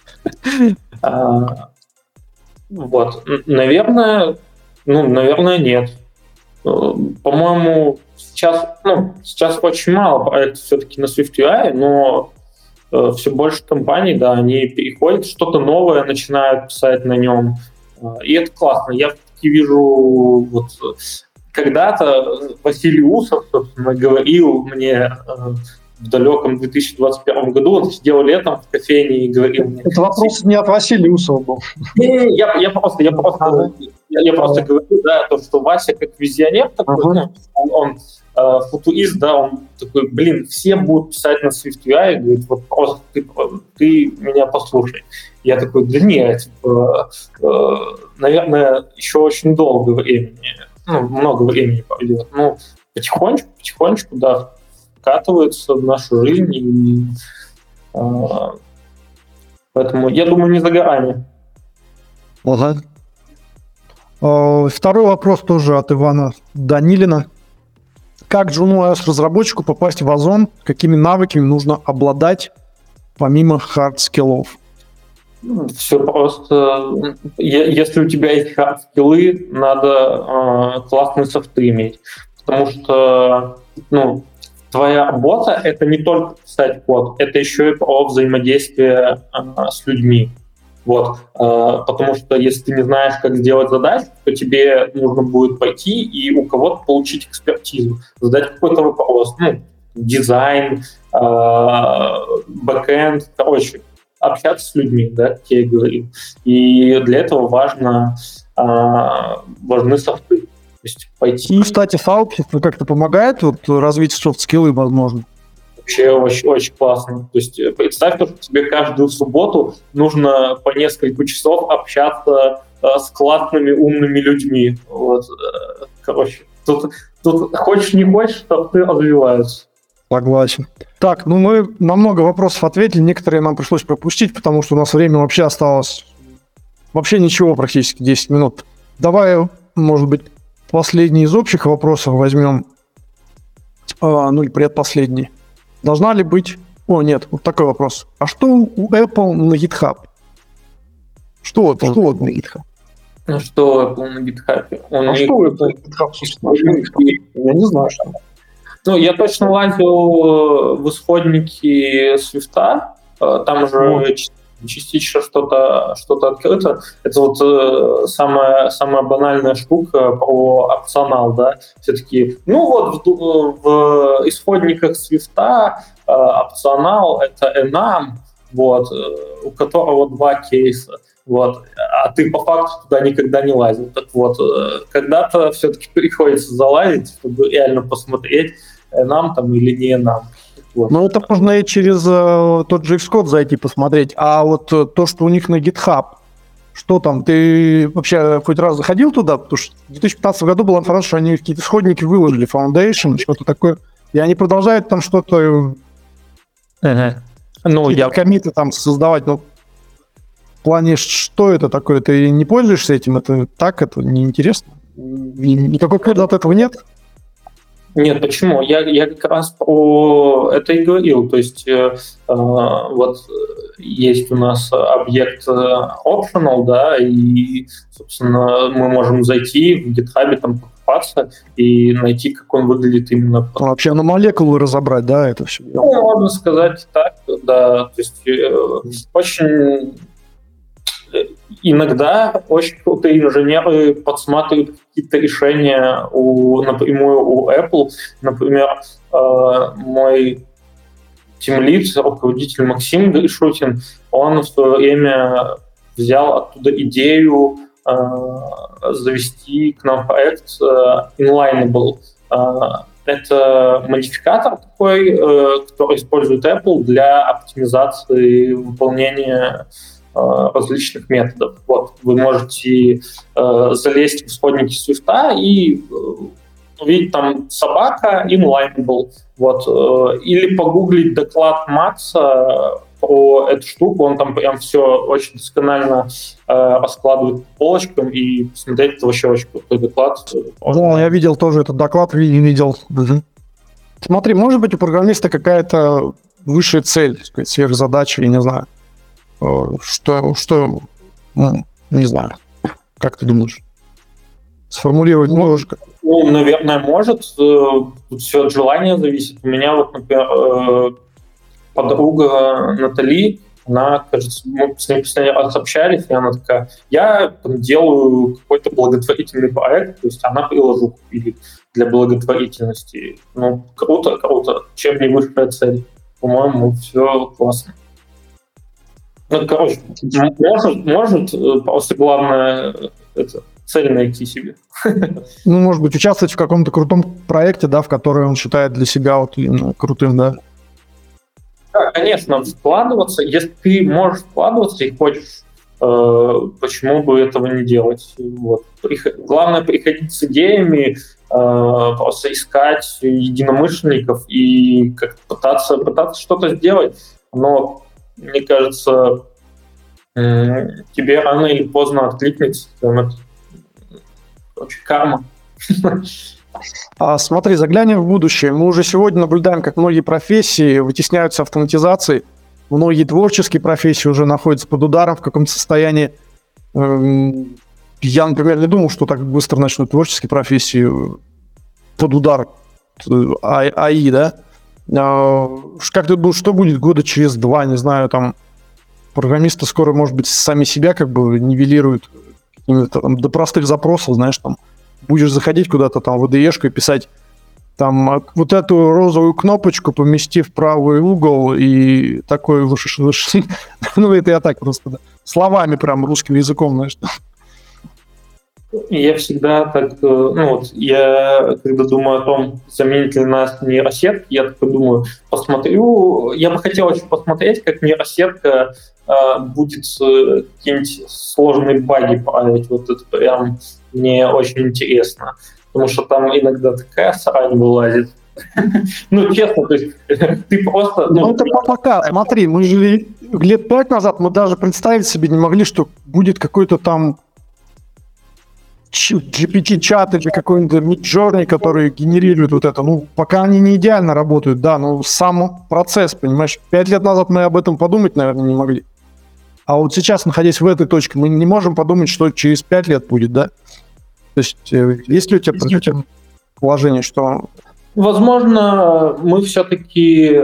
Вот. Наверное, нет. По-моему, сейчас очень мало проектов все-таки на SwiftUI, но все больше компаний, да, они переходят, что-то новое начинают писать на нем. И это классно. Я все-таки вижу, вот когда-то Василий Усов, собственно, говорил мне в далеком 2021 году, он сидел летом в кофейне и говорил мне... Это вопрос не от Василия Усова был. Я просто говорю, да, то, что Вася как визионер такой, он футурист, да, он такой, все будут писать на SwiftUI, говорит, вот просто ты меня послушай. Я такой, да нет, наверное, еще очень долго времени, много времени пройдет. Потихонечку, да, вкатывается в нашу жизнь, и поэтому, я думаю, не за горами. Ага. Второй вопрос тоже от Ивана Данилина. Как JunoOS разработчику попасть в Озон? Какими навыками нужно обладать помимо хард-скиллов? Все просто. Если у тебя есть хард-скиллы, надо классные софты иметь. Потому что твоя работа — это не только писать код, это еще и про взаимодействие с людьми. Вот. Потому что если ты не знаешь, как сделать задачу, то тебе нужно будет пойти и у кого-то получить экспертизу, задать какой-то вопрос, дизайн, бэкэнд, общаться с людьми, да, как я и говорил. И для этого важны софты. То есть пойти... Кстати, сообщество как-то помогает развить софт-скиллы, возможно? Вообще очень, очень классно. То есть представь, что тебе каждую субботу нужно по несколько часов общаться с классными, умными людьми. Вот. Тут хочешь не хочешь, софты развиваются. Согласен. Так, мы на много вопросов ответили, некоторые нам пришлось пропустить, потому что у нас время вообще осталось вообще ничего, практически 10 минут. Давай, может быть, последний из общих вопросов возьмем, и предпоследний. Должна ли быть... нет, вот такой вопрос. А что у Apple на GitHub? Что на GitHub? Что Apple на GitHub? Что у Apple на GitHub, собственно? Я не знаю, что. Я точно лазил в исходники Swift, там же частично что-то открыто. Это вот самая банальная штука про опционал, да. Все-таки, в исходниках Swift опционал — это enum, вот, у которого два кейса. Вот, а ты по факту туда никогда не лазил. Так вот, когда-то все-таки приходится залазить, чтобы реально посмотреть, нам там или не нам. Вот. Это можно и через тот же Xcode зайти посмотреть. А вот то, что у них на GitHub, что там, ты вообще хоть раз заходил туда? Потому что в 2015 году была информация, что они какие-то исходники выложили, Foundation, что-то такое, и они продолжают там что-то, коммиты там создавать, в плане, что это такое? Ты не пользуешься этим? Это так, это неинтересно? Никакой пользы от этого нет? Нет, почему? Я как раз про это и говорил. То есть вот есть у нас объект optional, да, и, собственно, мы можем зайти в GitHub, там покопаться и найти, как он выглядит именно. Вообще на молекулы разобрать, да, это все? Можно сказать так, да. То есть очень... Иногда очень крутые инженеры подсматривают какие-то решения напрямую у Apple. Например, мой тимлид, руководитель Максим Гришутин, он в свое время взял оттуда идею завести к нам проект Inlineable. Это модификатор такой, который использует Apple для оптимизации выполнения различных методов. Вот, вы можете залезть в исходники Swift и увидеть там собака inlineable, вот, или погуглить доклад Макса про эту штуку, он там прям все очень досконально раскладывает по полочкам, и посмотреть, это вообще очень крутой доклад. Да, я видел тоже этот доклад, видел. Угу. Смотри, может быть, у программиста какая-то высшая цель, так сказать, сверхзадача, я не знаю. Что, не знаю. Как ты думаешь? Сформулировать можешь? Ну, наверное, может. Тут все от желания зависит. У меня вот, например, подруга Натали, она, кажется, мы с ней постоянно раз общались, и она такая, я делаю какой-то благотворительный проект, то есть она приложу или для благотворительности. Ну, круто. Чем не высшая цель? По-моему, все классно. Ну, короче, может, просто главное цель найти себе. Ну, может быть, участвовать в каком-то крутом проекте, да, в который он считает для себя вот именно крутым, да? Да, конечно, вкладываться. Если ты можешь вкладываться и хочешь, почему бы этого не делать? Вот. Главное приходить с идеями, просто искать единомышленников и как-то пытаться что-то сделать. Но, мне кажется, тебе рано или поздно откликнется. Это очень карма. Смотри, заглянем в будущее. Мы уже сегодня наблюдаем, как многие профессии вытесняются автоматизацией. Многие творческие профессии уже находятся под ударом в каком-то состоянии. Я, например, не думал, что так быстро начнут творческие профессии под удар АИ, да? Как ты думаешь, что будет года через 2, не знаю, там программисты скоро, может быть, сами себя как бы нивелируют до простых запросов, знаешь, там будешь заходить куда-то там в IDE-шку и писать там вот эту розовую кнопочку помести в правый угол и такой выше. Ну, это я так просто, да. Словами прям русским языком, знаешь. Я всегда так, я когда думаю о том, заменит ли нас нейросетка, я такой думаю, я бы хотел очень посмотреть, как нейросетка будет какие-нибудь сложные баги править. Вот это прям мне очень интересно. Потому что там иногда такая срань вылазит. Ну, честно, то есть ты просто... Ну, это пока. Смотри, мы же лет 5 назад мы даже представить себе не могли, что будет какой-то там GPT-чат или какой-нибудь Midjourney, который генерирует вот это. Ну, пока они не идеально работают, да, но сам процесс, понимаешь, 5 лет назад мы об этом подумать, наверное, не могли. А вот сейчас, находясь в этой точке, мы не можем подумать, что через 5 лет будет, да? То есть, есть ли у тебя положение, что... Возможно, мы все-таки...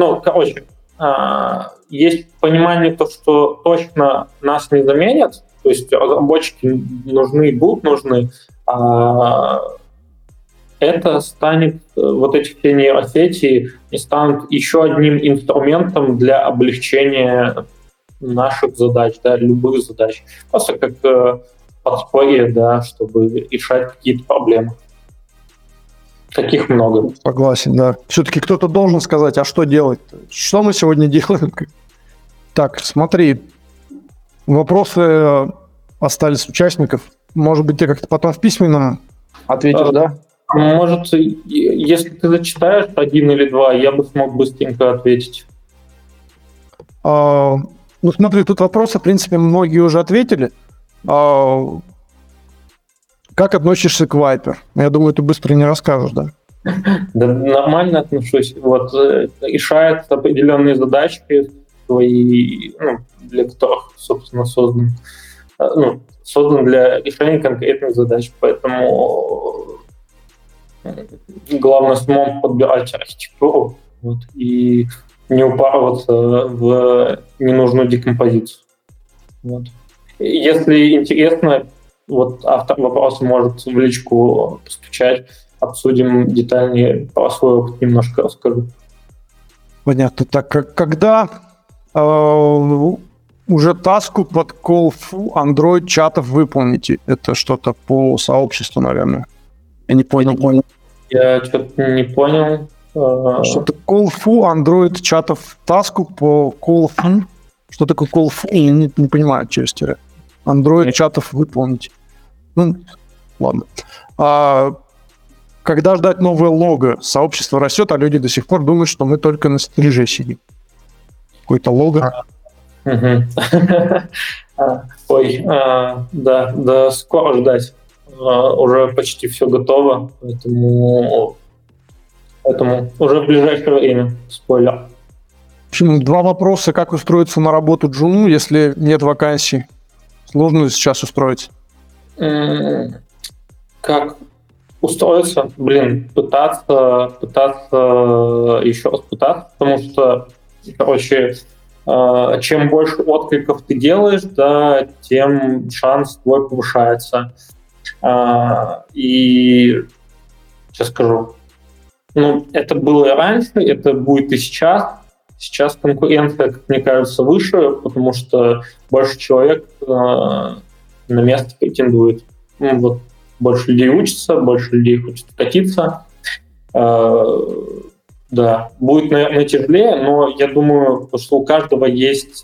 есть понимание, что точно нас не заменят, то есть разработчики нужны, будут нужны, это станет, вот эти все нейросети станут еще одним инструментом для облегчения наших задач, да, любых задач. Просто как подспорье, да, чтобы решать какие-то проблемы. Таких много. Согласен, да. Все-таки кто-то должен сказать, а что делать? Что мы сегодня делаем? Так, смотри, вопросы остались участников. Может быть, ты как-то потом в письменном ответишь, да? Может, если ты зачитаешь 1 или 2, я бы смог быстренько ответить. Ну, смотри, тут вопросы, в принципе, многие уже ответили. Как относишься к Viper? Я думаю, ты быстро не расскажешь, да? Да, нормально отношусь. Вот, решает определенные задачки свои, для которых, собственно, создан для решения конкретных задач. Поэтому главное самому подбирать архитектуру и не упарываться в ненужную декомпозицию. Вот. Если интересно, вот автор вопроса может в личку постучать, обсудим детальнее, про свой опыт немножко расскажу. Понятно. Так, когда уже таску под call foo Android чатов выполните? Это что-то по сообществу, наверное. Я не понял. Я что-то не понял. Что-то call foo Android чатов таску по call foo. Что такое call foo? Я не понимаю, через тире. Android чатов выполнить. Ну, ладно. когда ждать новое лого? Сообщество растет, а люди до сих пор думают, что мы только на стриж сидим. Какое-то лого. Мгм. Ой, да, скоро ждать. Уже почти все готово, поэтому уже в ближайшее время. Спойлер. В общем, 2 вопроса. Как устроиться на работу джуну, если нет вакансий? Сложно ли сейчас устроить? Как устроиться? Пытаться еще раз пытаться, потому что, короче, чем больше откликов ты делаешь, да, тем шанс твой повышается. И сейчас скажу, это было и раньше, это будет и сейчас. Сейчас конкуренция, как мне кажется, выше, потому что больше человек на место претендует. Больше людей учатся, больше людей хочет катиться. Да, будет, наверное, тяжелее, но я думаю, что у каждого есть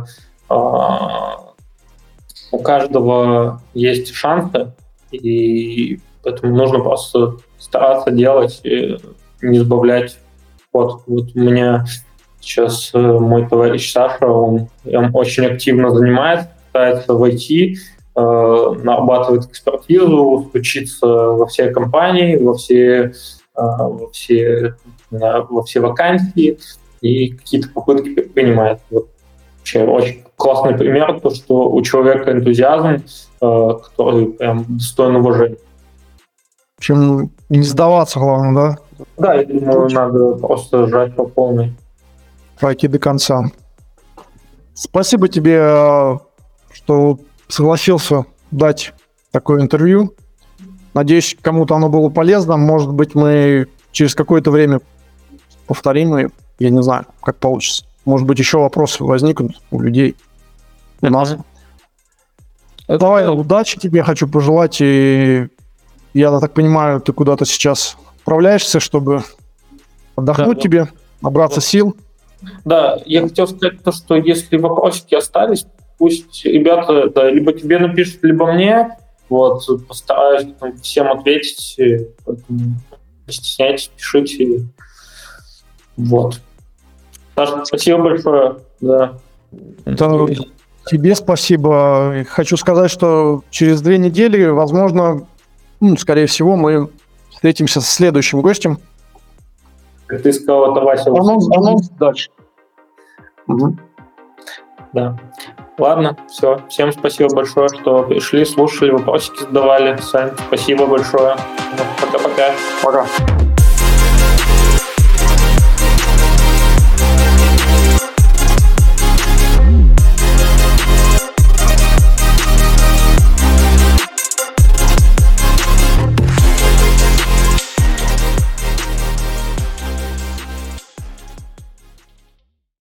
шансы, и поэтому нужно просто стараться делать, не сбавлять ход. Вот у меня сейчас мой товарищ Саша, он очень активно занимается, пытается войти, нарабатывает экспертизу, стучится во все компании, во все вакансии и какие-то попытки предпринимает. Вообще очень классный пример, то, что у человека энтузиазм, который прям достоин уважения. В общем, не сдаваться, главное, да? Да, я думаю, надо просто жать по полной. Пройти до конца. Спасибо тебе, что согласился дать такое интервью. Надеюсь, кому-то оно было полезно. Может быть, мы через какое-то время повторим, и я не знаю, как получится. Может быть, еще вопросы возникнут у людей. У нас. Давай, удачи тебе хочу пожелать. И я так понимаю, ты куда-то сейчас отправляешься, чтобы отдохнуть тебе, набраться сил. Да, я хотел сказать то, что если вопросики остались, пусть ребята либо тебе напишут, либо мне. Постараюсь всем ответить. Поэтому не стесняйтесь, пишите. Саша, спасибо большое. Да. Тебе спасибо. Хочу сказать, что через 2 недели, возможно, скорее всего, мы встретимся с следующим гостем. Как ты сказал, это Вася. Анонс дальше. Да. Ладно, все. Всем спасибо большое, что пришли, слушали, вопросики задавали. Сань, спасибо большое. Пока-пока. Пока.